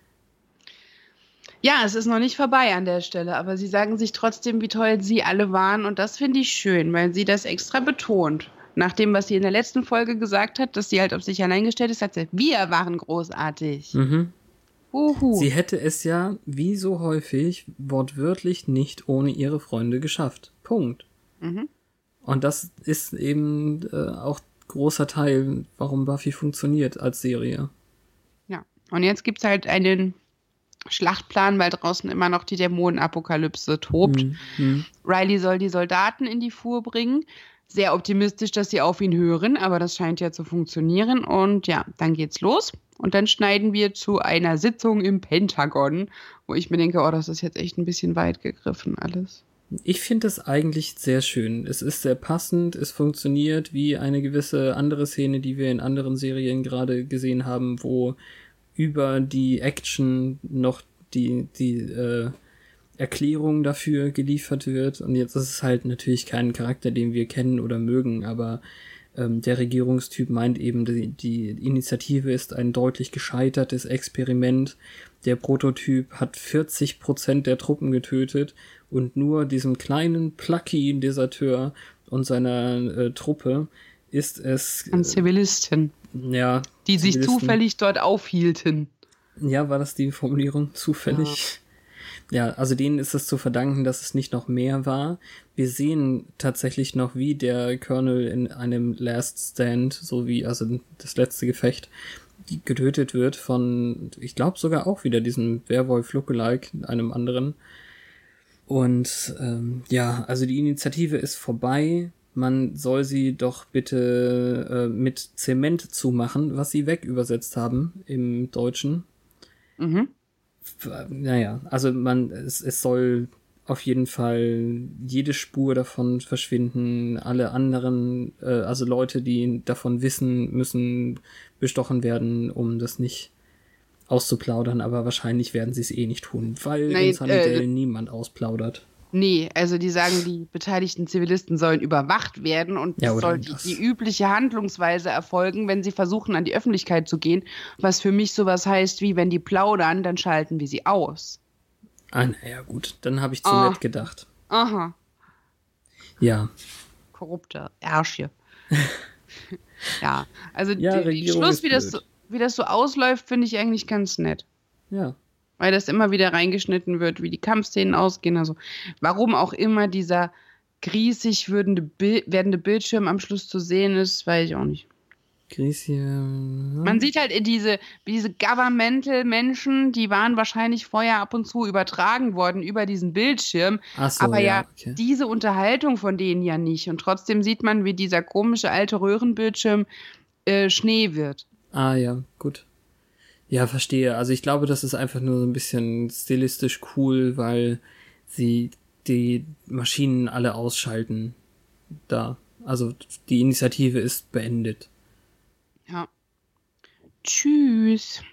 Ja, es ist noch nicht vorbei an der Stelle, aber sie sagen sich trotzdem, wie toll sie alle waren und das finde ich schön, weil sie das extra betont. Nach dem, was sie in der letzten Folge gesagt hat, dass sie halt auf sich allein gestellt ist, hat sie, wir waren großartig.
Mhm.
Uhu.
Sie hätte es ja, wie so häufig, wortwörtlich nicht ohne ihre Freunde geschafft. Punkt.
Mhm.
Und das ist eben äh, auch großer Teil, warum Buffy funktioniert als Serie.
Ja, und jetzt gibt's halt einen Schlachtplan, weil draußen immer noch die Dämonenapokalypse tobt.
Mhm.
Riley soll die Soldaten in die Fuhr bringen. Sehr optimistisch, dass sie auf ihn hören, aber das scheint ja zu funktionieren. Und ja, dann geht's los. Und dann schneiden wir zu einer Sitzung im Pentagon, wo ich mir denke, oh, das ist jetzt echt ein bisschen weit gegriffen alles.
Ich finde es eigentlich sehr schön. Es ist sehr passend, es funktioniert wie eine gewisse andere Szene, die wir in anderen Serien gerade gesehen haben, wo über die Action noch die, die äh, Erklärung dafür geliefert wird. Und jetzt ist es halt natürlich kein Charakter, den wir kennen oder mögen, aber ähm, der Regierungstyp meint eben, die, die Initiative ist ein deutlich gescheitertes Experiment. Der Prototyp hat vierzig Prozent der Truppen getötet und nur diesem kleinen Plucky-Deserteur und seiner äh, Truppe ist es...
An Zivilisten.
Äh, ja.
Die sich zufällig dort aufhielten.
Ja, war das die Formulierung? Zufällig? Ja. Ja, also denen ist es zu verdanken, dass es nicht noch mehr war. Wir sehen tatsächlich noch, wie der Colonel in einem Last Stand, so wie also das letzte Gefecht, getötet wird von, ich glaube sogar auch wieder diesem Werwolf-Lookalike, einem anderen. Und ähm, ja, also die Initiative ist vorbei. Man soll sie doch bitte äh, mit Zement zumachen, was sie wegübersetzt haben im Deutschen.
Mhm.
Naja, also man, es, es soll auf jeden Fall jede Spur davon verschwinden. Alle anderen, äh, also Leute, die davon wissen, müssen bestochen werden, um das nicht auszuplaudern. Aber wahrscheinlich werden sie es eh nicht tun, weil
Nein,
in Sunnydale
äh,
niemand ausplaudert.
Nee, also die sagen, die beteiligten Zivilisten sollen überwacht werden und
Ja,
es
oder
soll die,
das.
die übliche Handlungsweise erfolgen, wenn sie versuchen, an die Öffentlichkeit zu gehen. Was für mich sowas heißt, wie wenn die plaudern, dann schalten wir sie aus.
Ah, naja, gut. Dann habe ich zu
Ah.
nett gedacht.
Aha,
Ja.
korrupter Ärsche. Ja, also
Ja,
den
Regierung
Schluss,
ist
wie das,
blöd.
so, wie das so ausläuft, finde ich eigentlich ganz nett.
Ja.
Weil das immer wieder reingeschnitten wird, wie die Kampfszenen ausgehen. Also warum auch immer dieser griesig werdende, Bil- werdende Bildschirm am Schluss zu sehen ist, weiß ich auch nicht.
Grisi,
Man sieht halt diese, diese Governmental-Menschen, die waren wahrscheinlich vorher ab und zu übertragen worden über diesen Bildschirm.
Ach so,
aber ja,
ja, okay.
diese Unterhaltung von denen ja nicht. Und trotzdem sieht man, wie dieser komische alte Röhrenbildschirm äh, Schnee wird.
Ah ja, gut. Ja, verstehe. Also ich glaube, das ist einfach nur so ein bisschen stilistisch cool, weil sie die Maschinen alle ausschalten. Da. Also die Initiative ist beendet.
Ja. Tschüss.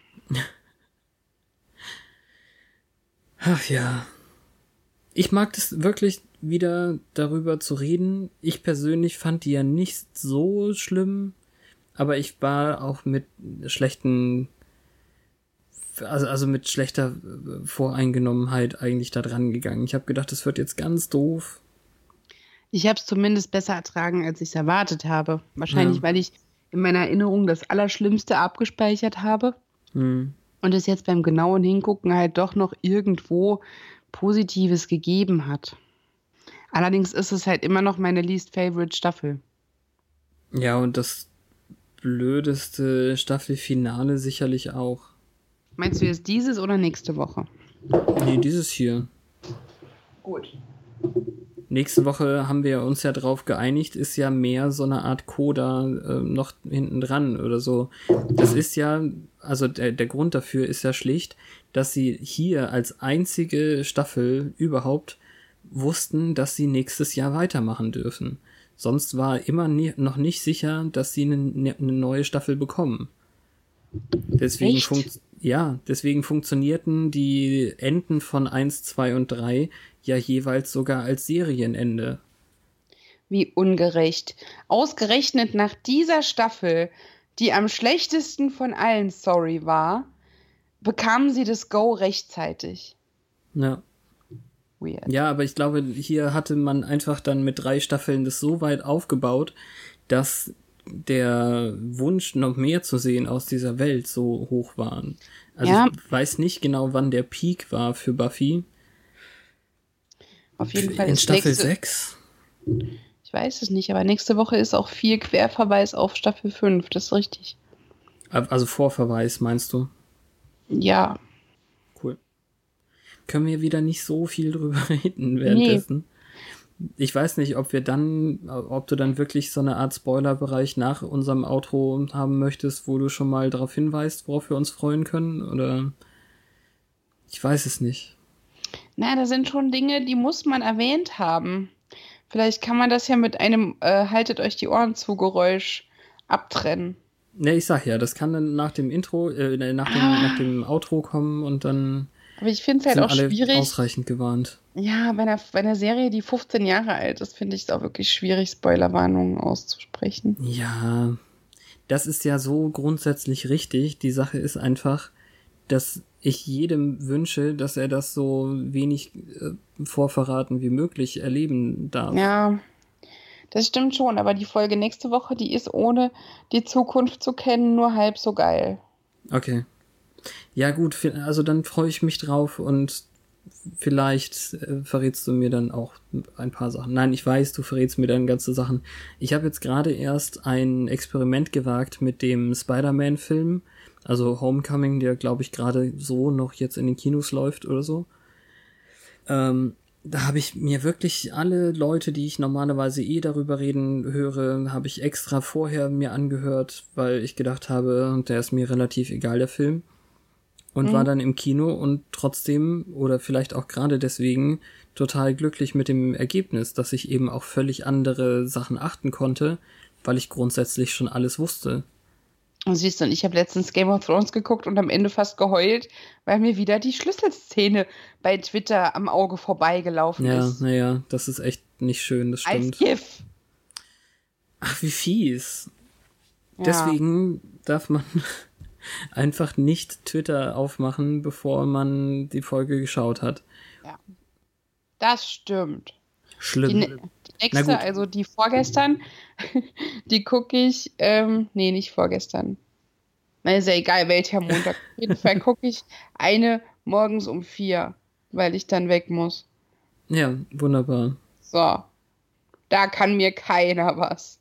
Ach ja. Ich mag das wirklich wieder darüber zu reden. Ich persönlich fand die ja nicht so schlimm, aber ich war auch mit schlechten, also, also mit schlechter Voreingenommenheit eigentlich da dran gegangen. Ich habe gedacht, das wird jetzt ganz doof.
Ich habe es zumindest besser ertragen, als ich es erwartet habe. Wahrscheinlich,
Ja.
weil ich in meiner Erinnerung das Allerschlimmste abgespeichert habe
Hm.
und es jetzt beim genauen Hingucken halt doch noch irgendwo Positives gegeben hat. Allerdings ist es halt immer noch meine least favorite Staffel.
Ja, und das blödeste Staffelfinale sicherlich auch.
Meinst du jetzt dieses oder nächste Woche?
Nee, dieses hier.
Gut.
Nächste Woche haben wir uns ja drauf geeinigt, ist ja mehr so eine Art Coda äh, noch hinten dran oder so. Das ist ja, also der, der Grund dafür ist ja schlicht, dass sie hier als einzige Staffel überhaupt wussten, dass sie nächstes Jahr weitermachen dürfen. Sonst war immer nie, noch nicht sicher, dass sie eine, eine neue Staffel bekommen. Deswegen
Echt?
funkt, ja, deswegen funktionierten die Enden von eins, zwei und drei ja jeweils sogar als Serienende.
Wie ungerecht. Ausgerechnet nach dieser Staffel, die am schlechtesten von allen, sorry, war, bekamen sie das Go rechtzeitig.
Ja.
Weird.
Ja, aber ich glaube, hier hatte man einfach dann mit drei Staffeln das so weit aufgebaut, dass der Wunsch, noch mehr zu sehen aus dieser Welt, so hoch war. Also
Ja.
ich weiß nicht genau, wann der Peak war für Buffy.
Auf jeden Fall
In
ist
Staffel
nächste,
sechs?
Ich weiß es nicht, aber nächste Woche ist auch viel Querverweis auf Staffel fünf, das ist richtig.
Also Vorverweis, meinst du?
Ja,
Cool. Können wir wieder nicht so viel drüber reden währenddessen. Ich weiß nicht, ob wir dann, ob du dann wirklich so eine Art Spoilerbereich nach unserem Outro haben möchtest, wo du schon mal darauf hinweist, worauf wir uns freuen können, oder ich weiß es nicht.
na, da sind schon Dinge, die muss man erwähnt haben. Vielleicht kann man das ja mit einem äh, Haltet euch die Ohren zu Geräusch abtrennen.
Ne, ich sag ja, das kann dann nach dem Intro, äh, nach dem,
Ah.
nach dem Outro kommen und dann
Aber ich finde es halt
sind
auch
alle
schwierig.
ausreichend gewarnt.
Ja, bei einer, bei einer Serie, die fünfzehn Jahre alt ist, finde ich es auch wirklich schwierig, Spoilerwarnungen auszusprechen.
Ja, das ist ja so grundsätzlich richtig. Die Sache ist einfach, dass ich jedem wünsche, dass er das so wenig äh, vorverraten wie möglich erleben darf.
Ja, das stimmt schon, aber die Folge nächste Woche, die ist ohne die Zukunft zu kennen nur halb so geil.
Okay. Ja gut, vi- also dann freue ich mich drauf und vielleicht äh, verrätst du mir dann auch ein paar Sachen. Nein, ich weiß, du verrätst mir dann ganze Sachen. Ich habe jetzt gerade erst ein Experiment gewagt mit dem Spider-Man-Film, also Homecoming, der glaube ich gerade so noch jetzt in den Kinos läuft oder so. Ähm, da habe ich mir wirklich alle Leute, die ich normalerweise eh darüber reden höre, habe ich extra vorher mir angehört, weil ich gedacht habe, der ist mir relativ egal, der Film. Und
Mhm.
war dann im Kino und trotzdem, oder vielleicht auch gerade deswegen, total glücklich mit dem Ergebnis, dass ich eben auch völlig andere Sachen achten konnte, weil ich grundsätzlich schon alles wusste.
Und siehst du, und ich habe letztens Game of Thrones geguckt und am Ende fast geheult, weil mir wieder die Schlüsselszene bei Twitter am Auge vorbeigelaufen
ja,
ist.
Ja, naja, das ist echt nicht schön, das stimmt.
Als GIF.
Ach, wie fies.
Ja.
Deswegen darf man einfach nicht Twitter aufmachen, bevor man die Folge geschaut hat.
Ja, das stimmt.
Schlimm.
Die, ne- die nächste, also die vorgestern, die gucke ich, ähm, nee, nicht vorgestern. Na, ist ja egal, welcher Montag. Auf jeden Fall gucke ich eine morgens um vier, weil ich dann weg muss.
Ja, wunderbar.
So. Da kann mir keiner was.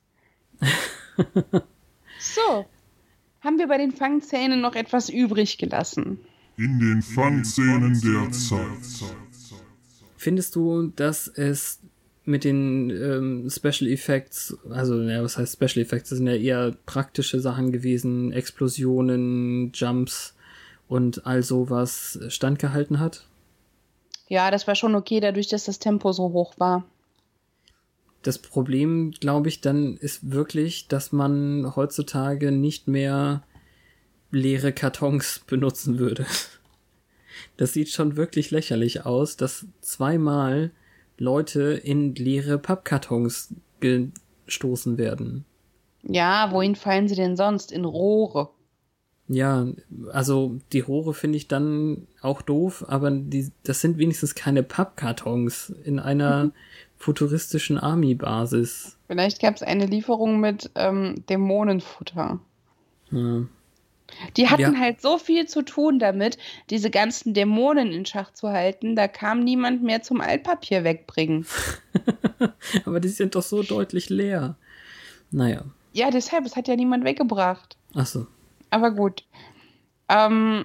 So. Haben wir bei den Fangzähnen noch etwas übrig gelassen?
In den Fangszenen der Zeit.
Findest du, dass es mit den ähm, Special Effects, also ja, was heißt Special Effects, das sind ja eher praktische Sachen gewesen, Explosionen, Jumps und all sowas standgehalten hat?
Ja, das war schon okay, dadurch, dass das Tempo so hoch war.
Das Problem, glaube ich, dann ist wirklich, dass man heutzutage nicht mehr leere Kartons benutzen würde. Das sieht schon wirklich lächerlich aus, dass zweimal Leute in leere Pappkartons gestoßen werden.
Ja, wohin fallen sie denn sonst? In Rohre.
Ja, also die Rohre finde ich dann auch doof, aber die, das sind wenigstens keine Pappkartons in einer futuristischen Army-Basis.
Vielleicht gab es eine Lieferung mit ähm, Dämonenfutter.
Ja.
Die hatten
Ja.
halt so viel zu tun damit, diese ganzen Dämonen in Schach zu halten, da kam niemand mehr zum Altpapier wegbringen.
Aber die sind doch so deutlich leer. Naja.
Ja, deshalb, es hat ja niemand weggebracht.
Ach so.
Aber gut. Ähm,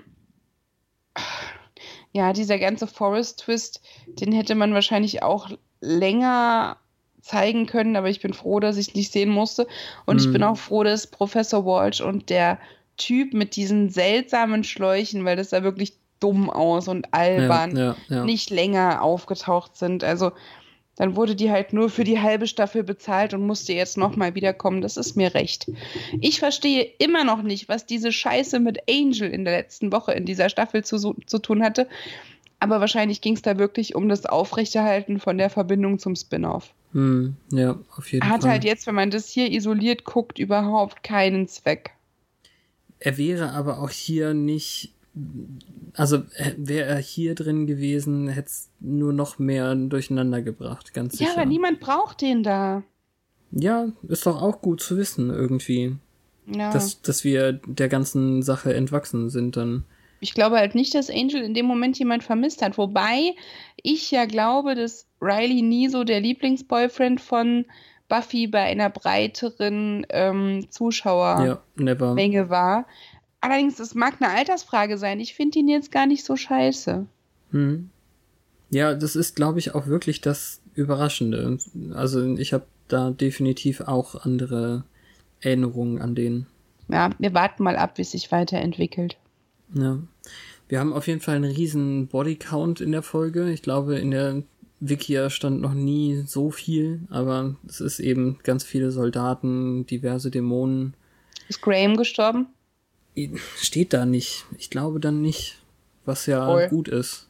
ja, dieser ganze Forest-Twist, den hätte man wahrscheinlich auch länger zeigen können, aber ich bin froh, dass ich nicht sehen musste. Und
Hm.
ich bin auch froh, dass Professor Walsh und der Typ mit diesen seltsamen Schläuchen, weil das sah wirklich dumm aus und albern,
Ja, ja, ja.
nicht länger aufgetaucht sind. Also dann wurde die halt nur für die halbe Staffel bezahlt und musste jetzt nochmal wiederkommen. Das ist mir recht. Ich verstehe immer noch nicht, was diese Scheiße mit Angel in der letzten Woche in dieser Staffel zu, zu tun hatte. Aber wahrscheinlich ging es da wirklich um das Aufrechterhalten von der Verbindung zum Spin-off.
Hm, ja, auf jeden
Hat
Fall.
halt jetzt, wenn man das hier isoliert guckt, überhaupt keinen Zweck.
Er wäre aber auch hier nicht, also wäre er hier drin gewesen, hätte es nur noch mehr durcheinander gebracht, ganz sicher.
Ja, aber niemand braucht den da.
Ja, ist doch auch gut zu wissen irgendwie,
Ja.
dass, dass wir der ganzen Sache entwachsen sind dann.
Ich glaube halt nicht, dass Angel in dem Moment jemand vermisst hat. Wobei ich ja glaube, dass Riley nie so der Lieblingsboyfriend von Buffy bei einer breiteren ähm, Zuschauermenge
Ja, never.
war. Allerdings, es mag eine Altersfrage sein. Ich finde ihn jetzt gar nicht so scheiße.
Hm. Ja, das ist, glaube ich, auch wirklich das Überraschende. Also ich habe da definitiv auch andere Erinnerungen an den.
Ja, wir warten mal ab, wie es sich weiterentwickelt.
Ja. Wir haben auf jeden Fall einen riesen Bodycount in der Folge. Ich glaube, in der Wikia stand noch nie so viel, aber es ist eben ganz viele Soldaten, diverse Dämonen.
Ist Graham gestorben?
Steht da nicht. Ich glaube dann nicht, was ja
Voll.
gut ist.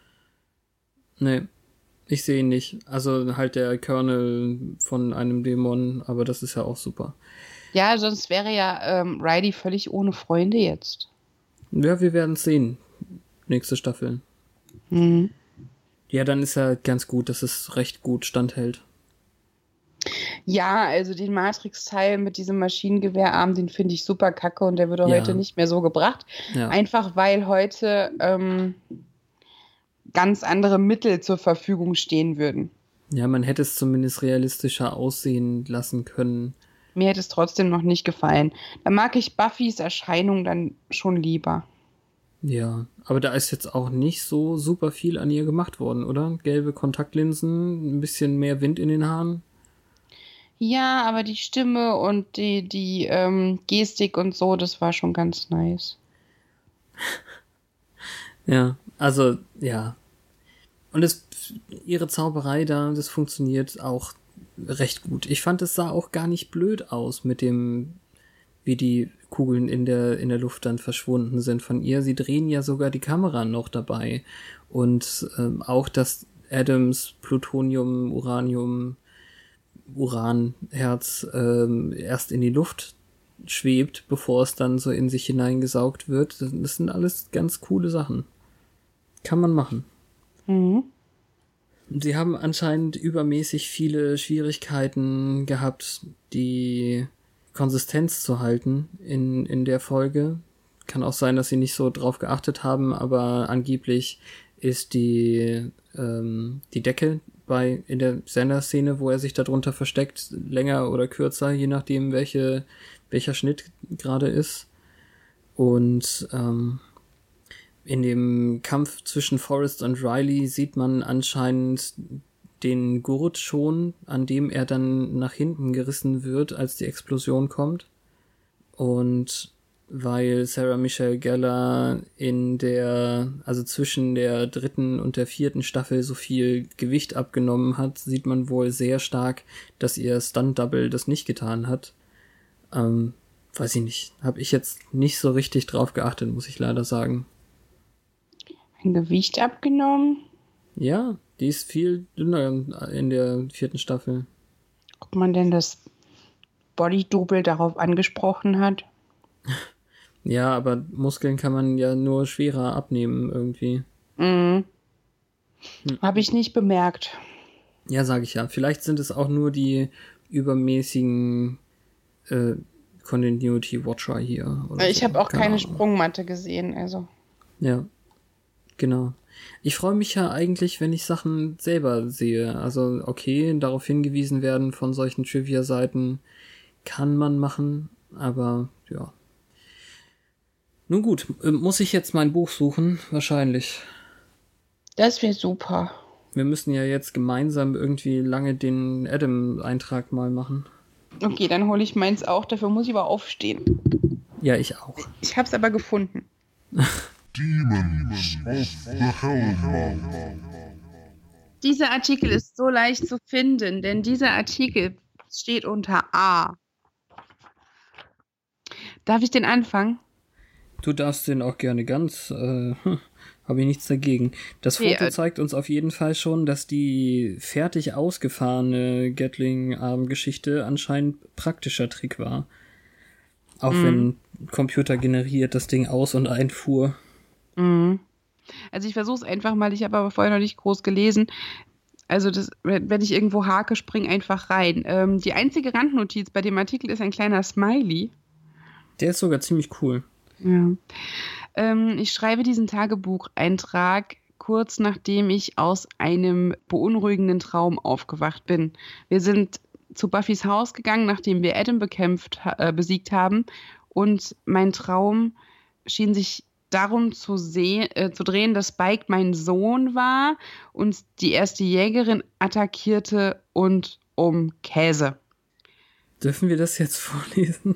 Nee, ich sehe ihn nicht. Also halt der Colonel von einem Dämon, aber das ist ja auch super.
Ja, sonst wäre ja ähm, Riley völlig ohne Freunde jetzt.
Ja, wir werden es sehen. Nächste Staffel.
Mhm.
Ja, dann ist ja ganz gut, dass es recht gut standhält.
Ja, also den Matrix-Teil mit diesem Maschinengewehrarm, den finde ich super kacke und der würde
Ja.
heute nicht mehr so gebracht.
Ja.
Einfach weil heute ähm, ganz andere Mittel zur Verfügung stehen würden.
Ja, man hätte es zumindest realistischer aussehen lassen können.
Mir hätte es trotzdem noch nicht gefallen. Da mag ich Buffys Erscheinung dann schon lieber.
Ja, aber da ist jetzt auch nicht so super viel an ihr gemacht worden, oder? Gelbe Kontaktlinsen, ein bisschen mehr Wind in den Haaren.
Ja, aber die Stimme und die, die ähm, Gestik und so, das war schon ganz nice.
Ja, also, ja. Und es, ihre Zauberei da, das funktioniert auch recht gut. Ich fand, es sah auch gar nicht blöd aus mit dem wie die Kugeln in der, in der Luft dann verschwunden sind von ihr. Sie drehen ja sogar die Kamera noch dabei. Und ähm, auch, dass Adams Plutonium, Uranium, Uranherz ähm, erst in die Luft schwebt, bevor es dann so in sich hineingesaugt wird. Das, das sind alles ganz coole Sachen. Kann man machen.
Mhm.
Sie haben anscheinend übermäßig viele Schwierigkeiten gehabt, die Konsistenz zu halten in, in der Folge. Kann auch sein, dass sie nicht so drauf geachtet haben, aber angeblich ist die, ähm, die Decke bei in der Sender-Szene, wo er sich darunter versteckt, länger oder kürzer, je nachdem, welche, welcher Schnitt gerade ist. Und ähm, in dem Kampf zwischen Forrest und Riley sieht man anscheinend den Gurt schon, an dem er dann nach hinten gerissen wird, als die Explosion kommt. Und weil Sarah Michelle Gellar in der, also zwischen der dritten und der vierten Staffel so viel Gewicht abgenommen hat, sieht man wohl sehr stark, dass ihr Stunt-Double das nicht getan hat. Ähm, weiß ich nicht. Habe ich jetzt nicht so richtig drauf geachtet, muss ich leider sagen.
Ein Gewicht abgenommen?
Ja, die ist viel dünner in der vierten Staffel.
Ob man denn das Body-Double darauf angesprochen hat?
Ja, aber Muskeln kann man ja nur schwerer abnehmen irgendwie.
Mhm.
Hm.
Habe ich nicht bemerkt.
Ja, sage ich ja. Vielleicht sind es auch nur die übermäßigen äh, Continuity Watcher hier. Oder
ich
so.
habe auch keine, keine
Ahnung.
Sprungmatte gesehen, also.
Ja, genau. Ich freue mich ja eigentlich, wenn ich Sachen selber sehe. Also okay, darauf hingewiesen werden von solchen Trivia-Seiten kann man machen, aber ja. Nun gut, muss ich jetzt mein Buch suchen? Wahrscheinlich.
Das wäre super.
Wir müssen ja jetzt gemeinsam irgendwie lange den Adam-Eintrag mal machen.
Okay, dann hole ich meins auch. Dafür muss ich aber aufstehen.
Ja, ich auch.
Ich hab's aber gefunden.
Demons of the Hellmouth.
Dieser Artikel ist so leicht zu finden, denn dieser Artikel steht unter A. Darf ich den anfangen?
Du darfst den auch gerne ganz, äh, habe ich nichts dagegen. Das Foto
Ja.
zeigt uns auf jeden Fall schon, dass die fertig ausgefahrene Gatling-Arm-Geschichte anscheinend praktischer Trick war. Auch
Mhm.
wenn Computer generiert das Ding aus- und einfuhr.
Mhm. Also ich versuche es einfach mal, ich habe aber vorher noch nicht groß gelesen. Also das, wenn ich irgendwo hake, spring einfach rein. Ähm, die einzige Randnotiz bei dem Artikel ist ein kleiner Smiley.
Der ist sogar ziemlich cool.
Ja. Ähm, ich schreibe diesen Tagebucheintrag kurz nachdem ich aus einem beunruhigenden Traum aufgewacht bin. Wir sind zu Buffys Haus gegangen, nachdem wir Adam bekämpft, äh, besiegt haben. Und mein Traum schien sich darum zu, seh- äh, zu drehen, dass Spike mein Sohn war und die erste Jägerin attackierte und um Käse.
Dürfen wir das jetzt vorlesen?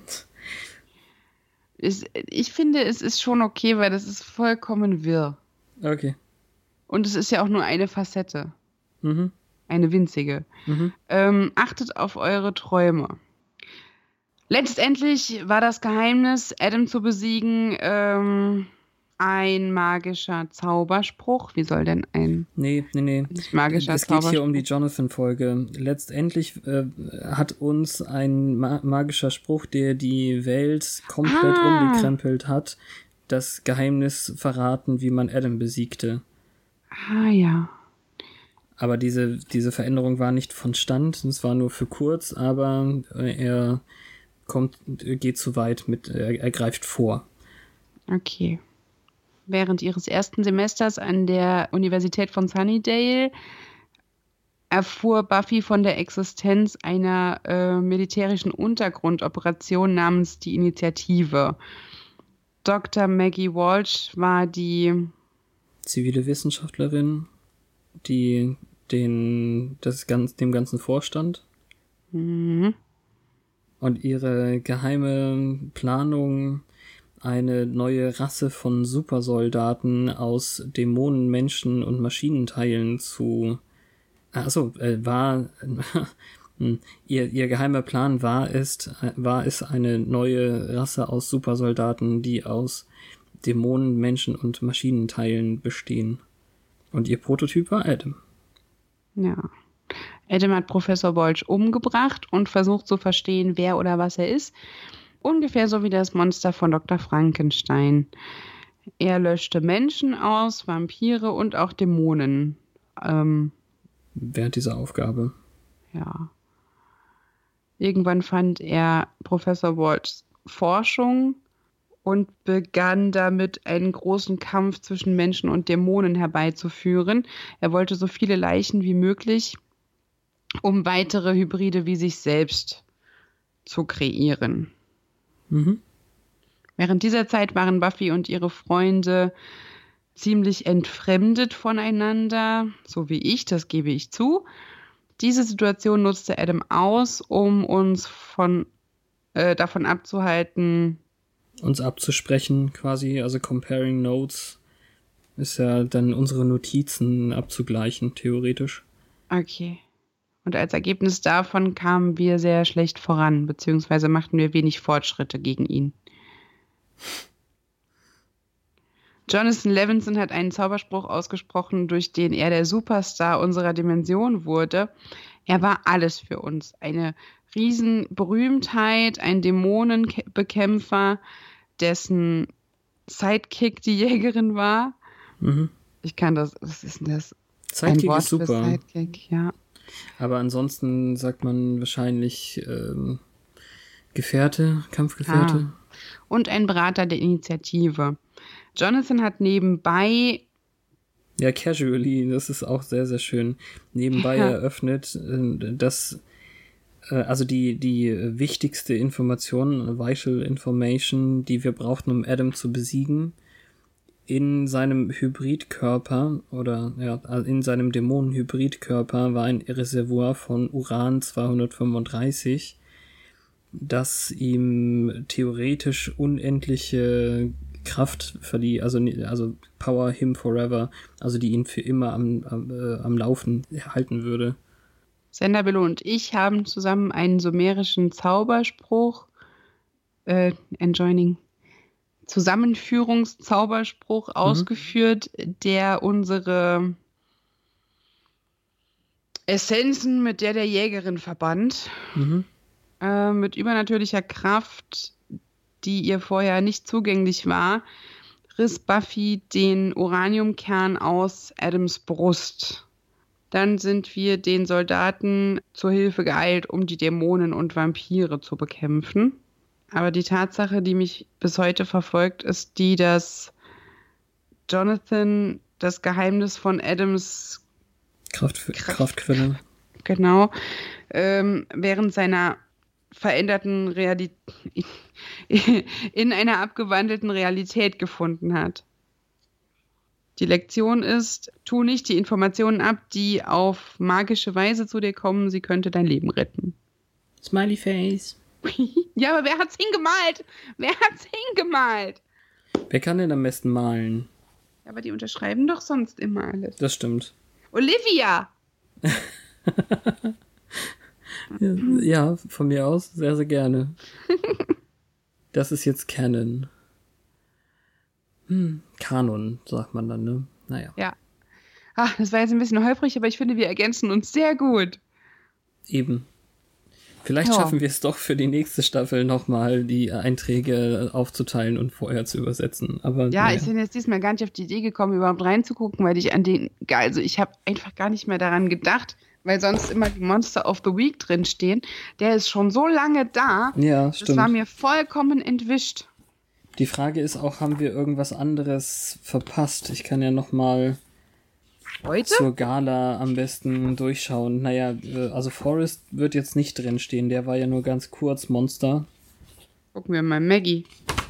Ich, ich finde, es ist schon okay, weil das ist vollkommen wirr.
Okay.
Und es ist ja auch nur eine Facette.
Mhm.
Eine winzige.
Mhm.
Ähm, achtet auf eure Träume. Letztendlich war das Geheimnis, Adam zu besiegen, ähm, ein magischer Zauberspruch. Wie soll denn ein
Nee, nee, nee.
nicht magischer
Es geht
Zauberspruch?
hier um die Jonathan-Folge. Letztendlich äh, hat uns ein ma- magischer Spruch, der die Welt komplett
Ah.
umgekrempelt hat, das Geheimnis verraten, wie man Adam besiegte.
Ah ja.
Aber diese, diese Veränderung war nicht von Stand, es war nur für kurz, aber äh, er kommt, geht zu weit mit, er, er greift vor.
Okay. Während ihres ersten Semesters an der Universität von Sunnydale erfuhr Buffy von der Existenz einer äh, militärischen Untergrundoperation namens die Initiative. Doktor Maggie Walsh war die
Zivile Wissenschaftlerin, die den, das ganz, dem Ganzen vorstand.
Mhm.
Und ihre geheime Planung, eine neue Rasse von Supersoldaten aus Dämonen, Menschen und Maschinenteilen zu... Achso, äh, war Hm. Ihr, ihr geheimer Plan war es, war es eine neue Rasse aus Supersoldaten, die aus Dämonen, Menschen und Maschinenteilen bestehen. Und ihr Prototyp war Adam.
Ja. Adam hat Professor Bolch umgebracht und versucht zu verstehen, wer oder was er ist. Ungefähr so wie das Monster von Doktor Frankenstein. Er löschte Menschen aus, Vampire und auch Dämonen. Ähm,
Während dieser Aufgabe.
Ja. Irgendwann fand er Professor Bolchs Forschung und begann damit, einen großen Kampf zwischen Menschen und Dämonen herbeizuführen. Er wollte so viele Leichen wie möglich, um weitere Hybride wie sich selbst zu kreieren.
Mhm.
Während dieser Zeit waren Buffy und ihre Freunde ziemlich entfremdet voneinander, so wie ich, das gebe ich zu. Diese Situation nutzte Adam aus, um uns von, äh, davon abzuhalten,
uns abzusprechen quasi, also comparing notes ist ja dann unsere Notizen abzugleichen, theoretisch.
Okay. Und als Ergebnis davon kamen wir sehr schlecht voran, beziehungsweise machten wir wenig Fortschritte gegen ihn. Jonathan Levinson hat einen Zauberspruch ausgesprochen, durch den er der Superstar unserer Dimension wurde. Er war alles für uns. Eine Riesenberühmtheit, ein Dämonenbekämpfer, dessen Sidekick die Jägerin war.
Mhm.
Ich kann das, was ist denn das?
Sidekick
ein Wort
ist super.
Für Sidekick, ja.
Aber ansonsten sagt man wahrscheinlich ähm, Gefährte, Kampfgefährte.
Ah. Und ein Berater der Initiative. Jonathan hat nebenbei...
Ja, casually, das ist auch sehr, sehr schön. Nebenbei ja. eröffnet, dass äh, also die, die wichtigste Information, vital information, die wir brauchten, um Adam zu besiegen, in seinem Hybridkörper oder ja, in seinem Dämonen-Hybridkörper war ein Reservoir von Uran zweihundertfünfunddreißig, das ihm theoretisch unendliche Kraft verlieh, also, also Power him forever, also die ihn für immer am, am, äh, am Laufen halten würde.
Senderbello und ich haben zusammen einen sumerischen Zauberspruch, äh, enjoining, Zusammenführungszauberspruch mhm. ausgeführt, der unsere Essenzen mit der der Jägerin verband.
Mhm.
Äh, mit übernatürlicher Kraft, die ihr vorher nicht zugänglich war, riss Buffy den Uraniumkern aus Adams Brust. Dann sind wir den Soldaten zur Hilfe geeilt, um die Dämonen und Vampire zu bekämpfen. Aber die Tatsache, die mich bis heute verfolgt, ist die, dass Jonathan das Geheimnis von Adams
Kraft, Kraft, Kraftquelle
genau ähm, während seiner veränderten Realität in einer abgewandelten Realität gefunden hat. Die Lektion ist, tu nicht die Informationen ab, die auf magische Weise zu dir kommen, sie könnte dein Leben retten.
Smiley Face.
Ja, aber wer hat's hingemalt? Wer hat's hingemalt?
Wer kann denn am besten malen?
Ja, aber die unterschreiben doch sonst immer alles.
Das stimmt.
Olivia!
Ja, von mir aus sehr, sehr gerne. Das ist jetzt Canon. Hm, Kanon, sagt man dann, ne? Naja.
Ja. Ach, das war jetzt ein bisschen holprig, aber ich finde, wir ergänzen uns sehr gut.
Eben. Vielleicht
ja.
schaffen wir es doch für die nächste Staffel nochmal, die Einträge aufzuteilen und vorher zu übersetzen. Aber
ja,
naja.
Ich bin jetzt diesmal gar nicht auf die Idee gekommen, überhaupt reinzugucken, weil ich an den, also ich habe einfach gar nicht mehr daran gedacht, weil sonst immer die Monster of the Week drinstehen. Der ist schon so lange da.
Ja, stimmt.
Das war mir vollkommen entwischt.
Die Frage ist auch, haben wir irgendwas anderes verpasst? Ich kann ja nochmal zur Gala am besten durchschauen. Naja, also Forrest wird jetzt nicht drinstehen. Der war ja nur ganz kurz Monster.
Gucken wir mal Maggie.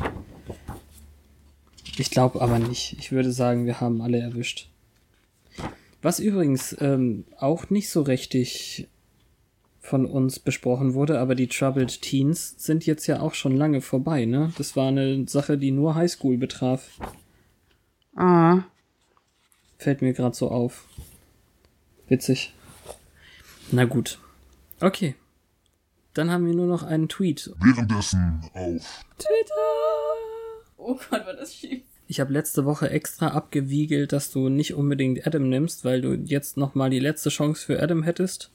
Ich glaube aber nicht. Ich würde sagen, wir haben alle erwischt. Was übrigens ähm, auch nicht so richtig von uns besprochen wurde, aber die Troubled Teens sind jetzt ja auch schon lange vorbei, ne? Das war eine Sache, die nur Highschool betraf.
Ah.
Fällt mir gerade so auf. Witzig. Na gut. Okay. Dann haben wir nur noch einen Tweet.
Währenddessen auf
Twitter!
Oh Gott, war das schief.
Ich habe letzte Woche extra abgewiegelt, dass du nicht unbedingt Adam nimmst, weil du jetzt nochmal die letzte Chance für Adam hättest.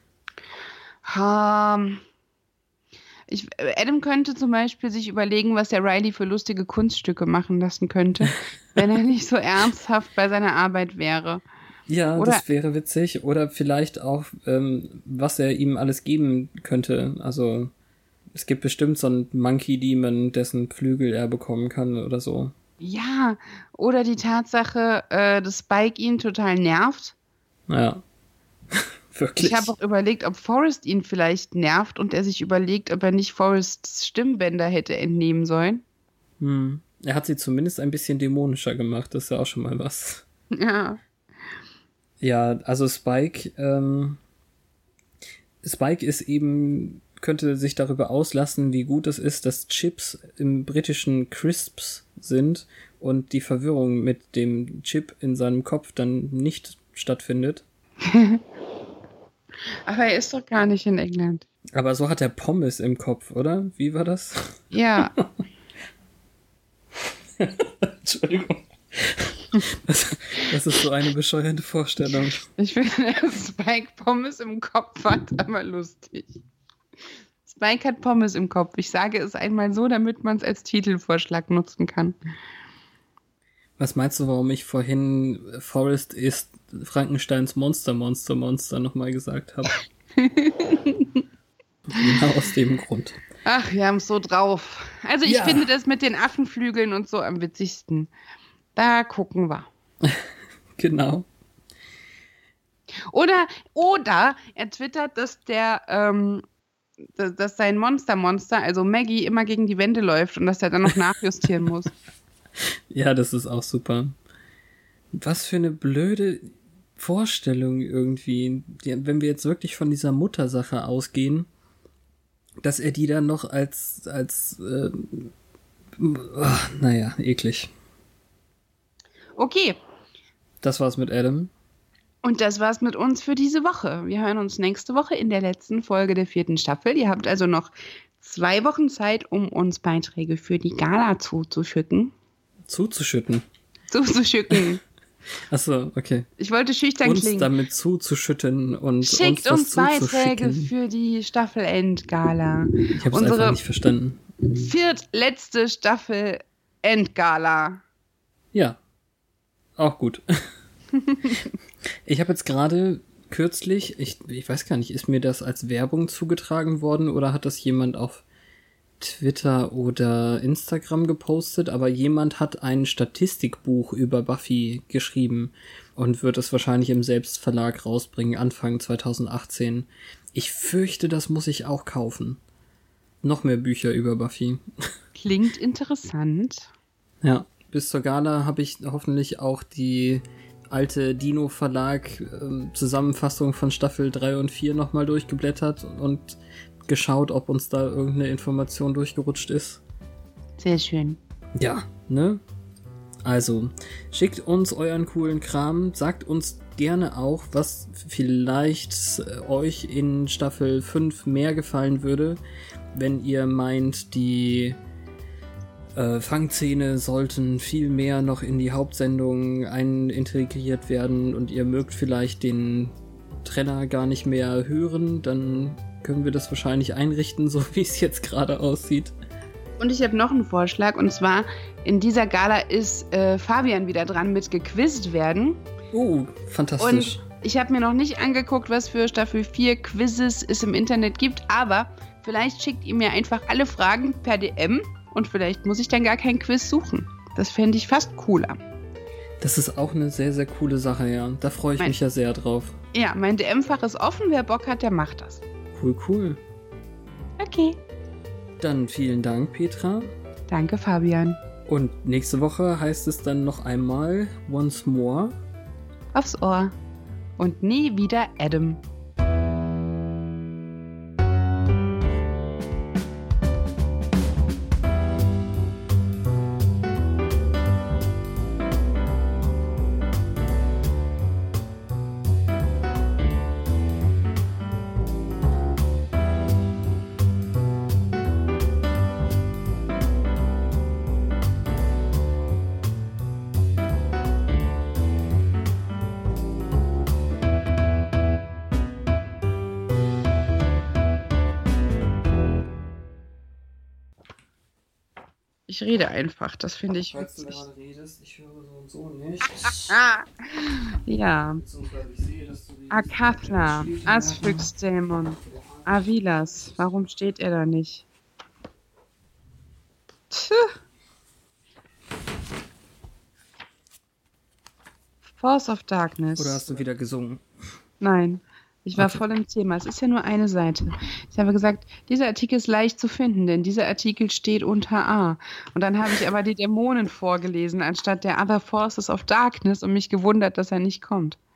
Um, ich, Adam könnte zum Beispiel sich überlegen, was der Riley für lustige Kunststücke machen lassen könnte, wenn er nicht so ernsthaft bei seiner Arbeit wäre.
Ja,
Oder,
das wäre witzig. Oder vielleicht auch, ähm, was er ihm alles geben könnte. Also es gibt bestimmt so einen Monkey Demon, dessen Flügel er bekommen kann oder so.
Ja, oder die Tatsache, äh, dass Spike ihn total nervt.
Ja, wirklich.
Ich habe auch überlegt, ob Forrest ihn vielleicht nervt und er sich überlegt, ob er nicht Forrests Stimmbänder hätte entnehmen sollen.
Hm. Er hat sie zumindest ein bisschen dämonischer gemacht, das ist ja auch schon mal was.
Ja.
Ja, also Spike, ähm, Spike ist eben, könnte sich darüber auslassen, wie gut es ist, dass Chips im britischen Crisps sind und die Verwirrung mit dem Chip in seinem Kopf dann nicht stattfindet.
Aber er ist doch gar nicht in England.
Aber so hat er Pommes im Kopf, oder? Wie war das?
Ja.
Entschuldigung. Das, das ist so eine bescheuerte Vorstellung.
Ich finde, dass Spike Pommes im Kopf hat, aber lustig. Spike hat Pommes im Kopf. Ich sage es einmal so, damit man es als Titelvorschlag nutzen kann.
Was meinst du, warum ich vorhin Forrest ist Frankensteins Monster, Monster, Monster nochmal gesagt habe? Genau aus dem Grund.
Ach, wir haben es so drauf. Also ich
Ja.
finde das mit den Affenflügeln und so am witzigsten. Da gucken wir.
Genau.
Oder, oder er twittert, dass der, ähm, dass, dass sein Monster-Monster, also Maggie, immer gegen die Wände läuft und dass er dann noch nachjustieren muss.
Ja, das ist auch super. Was für eine blöde Vorstellung irgendwie. Die, wenn wir jetzt wirklich von dieser Muttersache ausgehen, dass er die dann noch als, als, äh, oh, naja, eklig.
Okay.
Das war's mit Adam.
Und das war's mit uns für diese Woche. Wir hören uns nächste Woche in der letzten Folge der vierten Staffel. Ihr habt also noch zwei Wochen Zeit, um uns Beiträge für die Gala zuzuschicken.
Zuzuschütten.
Zuzuschicken.
Achso, okay.
Ich wollte schüchtern
Uns
klingen.
damit zuzuschütten und
Schickt
uns,
uns
das
Beiträge
zuzuschicken.
für die Staffel-Endgala.
Ich habe es
Unsere
einfach nicht verstanden.
viertletzte Staffel-Endgala.
Ja, auch gut. Ich habe jetzt gerade kürzlich, ich, ich weiß gar nicht, ist mir das als Werbung zugetragen worden oder hat das jemand auf Twitter oder Instagram gepostet, aber jemand hat ein Statistikbuch über Buffy geschrieben und wird es wahrscheinlich im Selbstverlag rausbringen, Anfang zwanzig achtzehn. Ich fürchte, das muss ich auch kaufen. Noch mehr Bücher über Buffy.
Klingt interessant.
Ja, bis zur Gala habe ich hoffentlich auch die alte Dino-Verlag ähm, Zusammenfassung von Staffel drei und vier nochmal durchgeblättert und geschaut, ob uns da irgendeine Information durchgerutscht ist.
Sehr schön.
Ja, ne? Also, schickt uns euren coolen Kram, sagt uns gerne auch, was vielleicht äh, euch in Staffel fünf mehr gefallen würde, wenn ihr meint, die äh, Fangszene sollten viel mehr noch in die Hauptsendung einintegriert werden und ihr mögt vielleicht den Trenner gar nicht mehr hören, dann können wir das wahrscheinlich einrichten, so wie es jetzt gerade aussieht.
Und ich habe noch einen Vorschlag, und zwar in dieser Gala ist äh, Fabian wieder dran mit gequizt werden.
Oh, fantastisch.
Und ich habe mir noch nicht angeguckt, was für Staffel vier Quizzes es im Internet gibt, aber vielleicht schickt ihr mir einfach alle Fragen per D M und vielleicht muss ich dann gar kein Quiz suchen. Das fände ich fast cooler.
Das ist auch eine sehr, sehr coole Sache, ja. Da freue ich
Mein-
mich ja sehr drauf.
Ja, mein D M-Fach ist offen, wer Bock hat, der macht das.
Cool, cool.
Okay.
Dann vielen Dank, Petra.
Danke, Fabian.
Und nächste Woche heißt es dann noch einmal Once More.
Aufs Ohr. Und nie wieder Adam. Ich rede einfach, das finde ich
Falls du
witzig.
gerade redest, ich höre so und so nicht.
Ja.
Beziehungsweise ich sehe, dass du redest.
Akathla, Asphyxdämon, Avilas, warum steht er da nicht? Tch. Force of Darkness.
Oder hast du wieder gesungen?
Nein, ich war
Okay.
voll im Thema. Es ist ja nur eine Seite. Ich habe gesagt, dieser Artikel ist leicht zu finden, denn dieser Artikel steht unter A. Und dann habe ich aber die Dämonen vorgelesen, anstatt der Other Forces of Darkness und mich gewundert, dass er nicht kommt.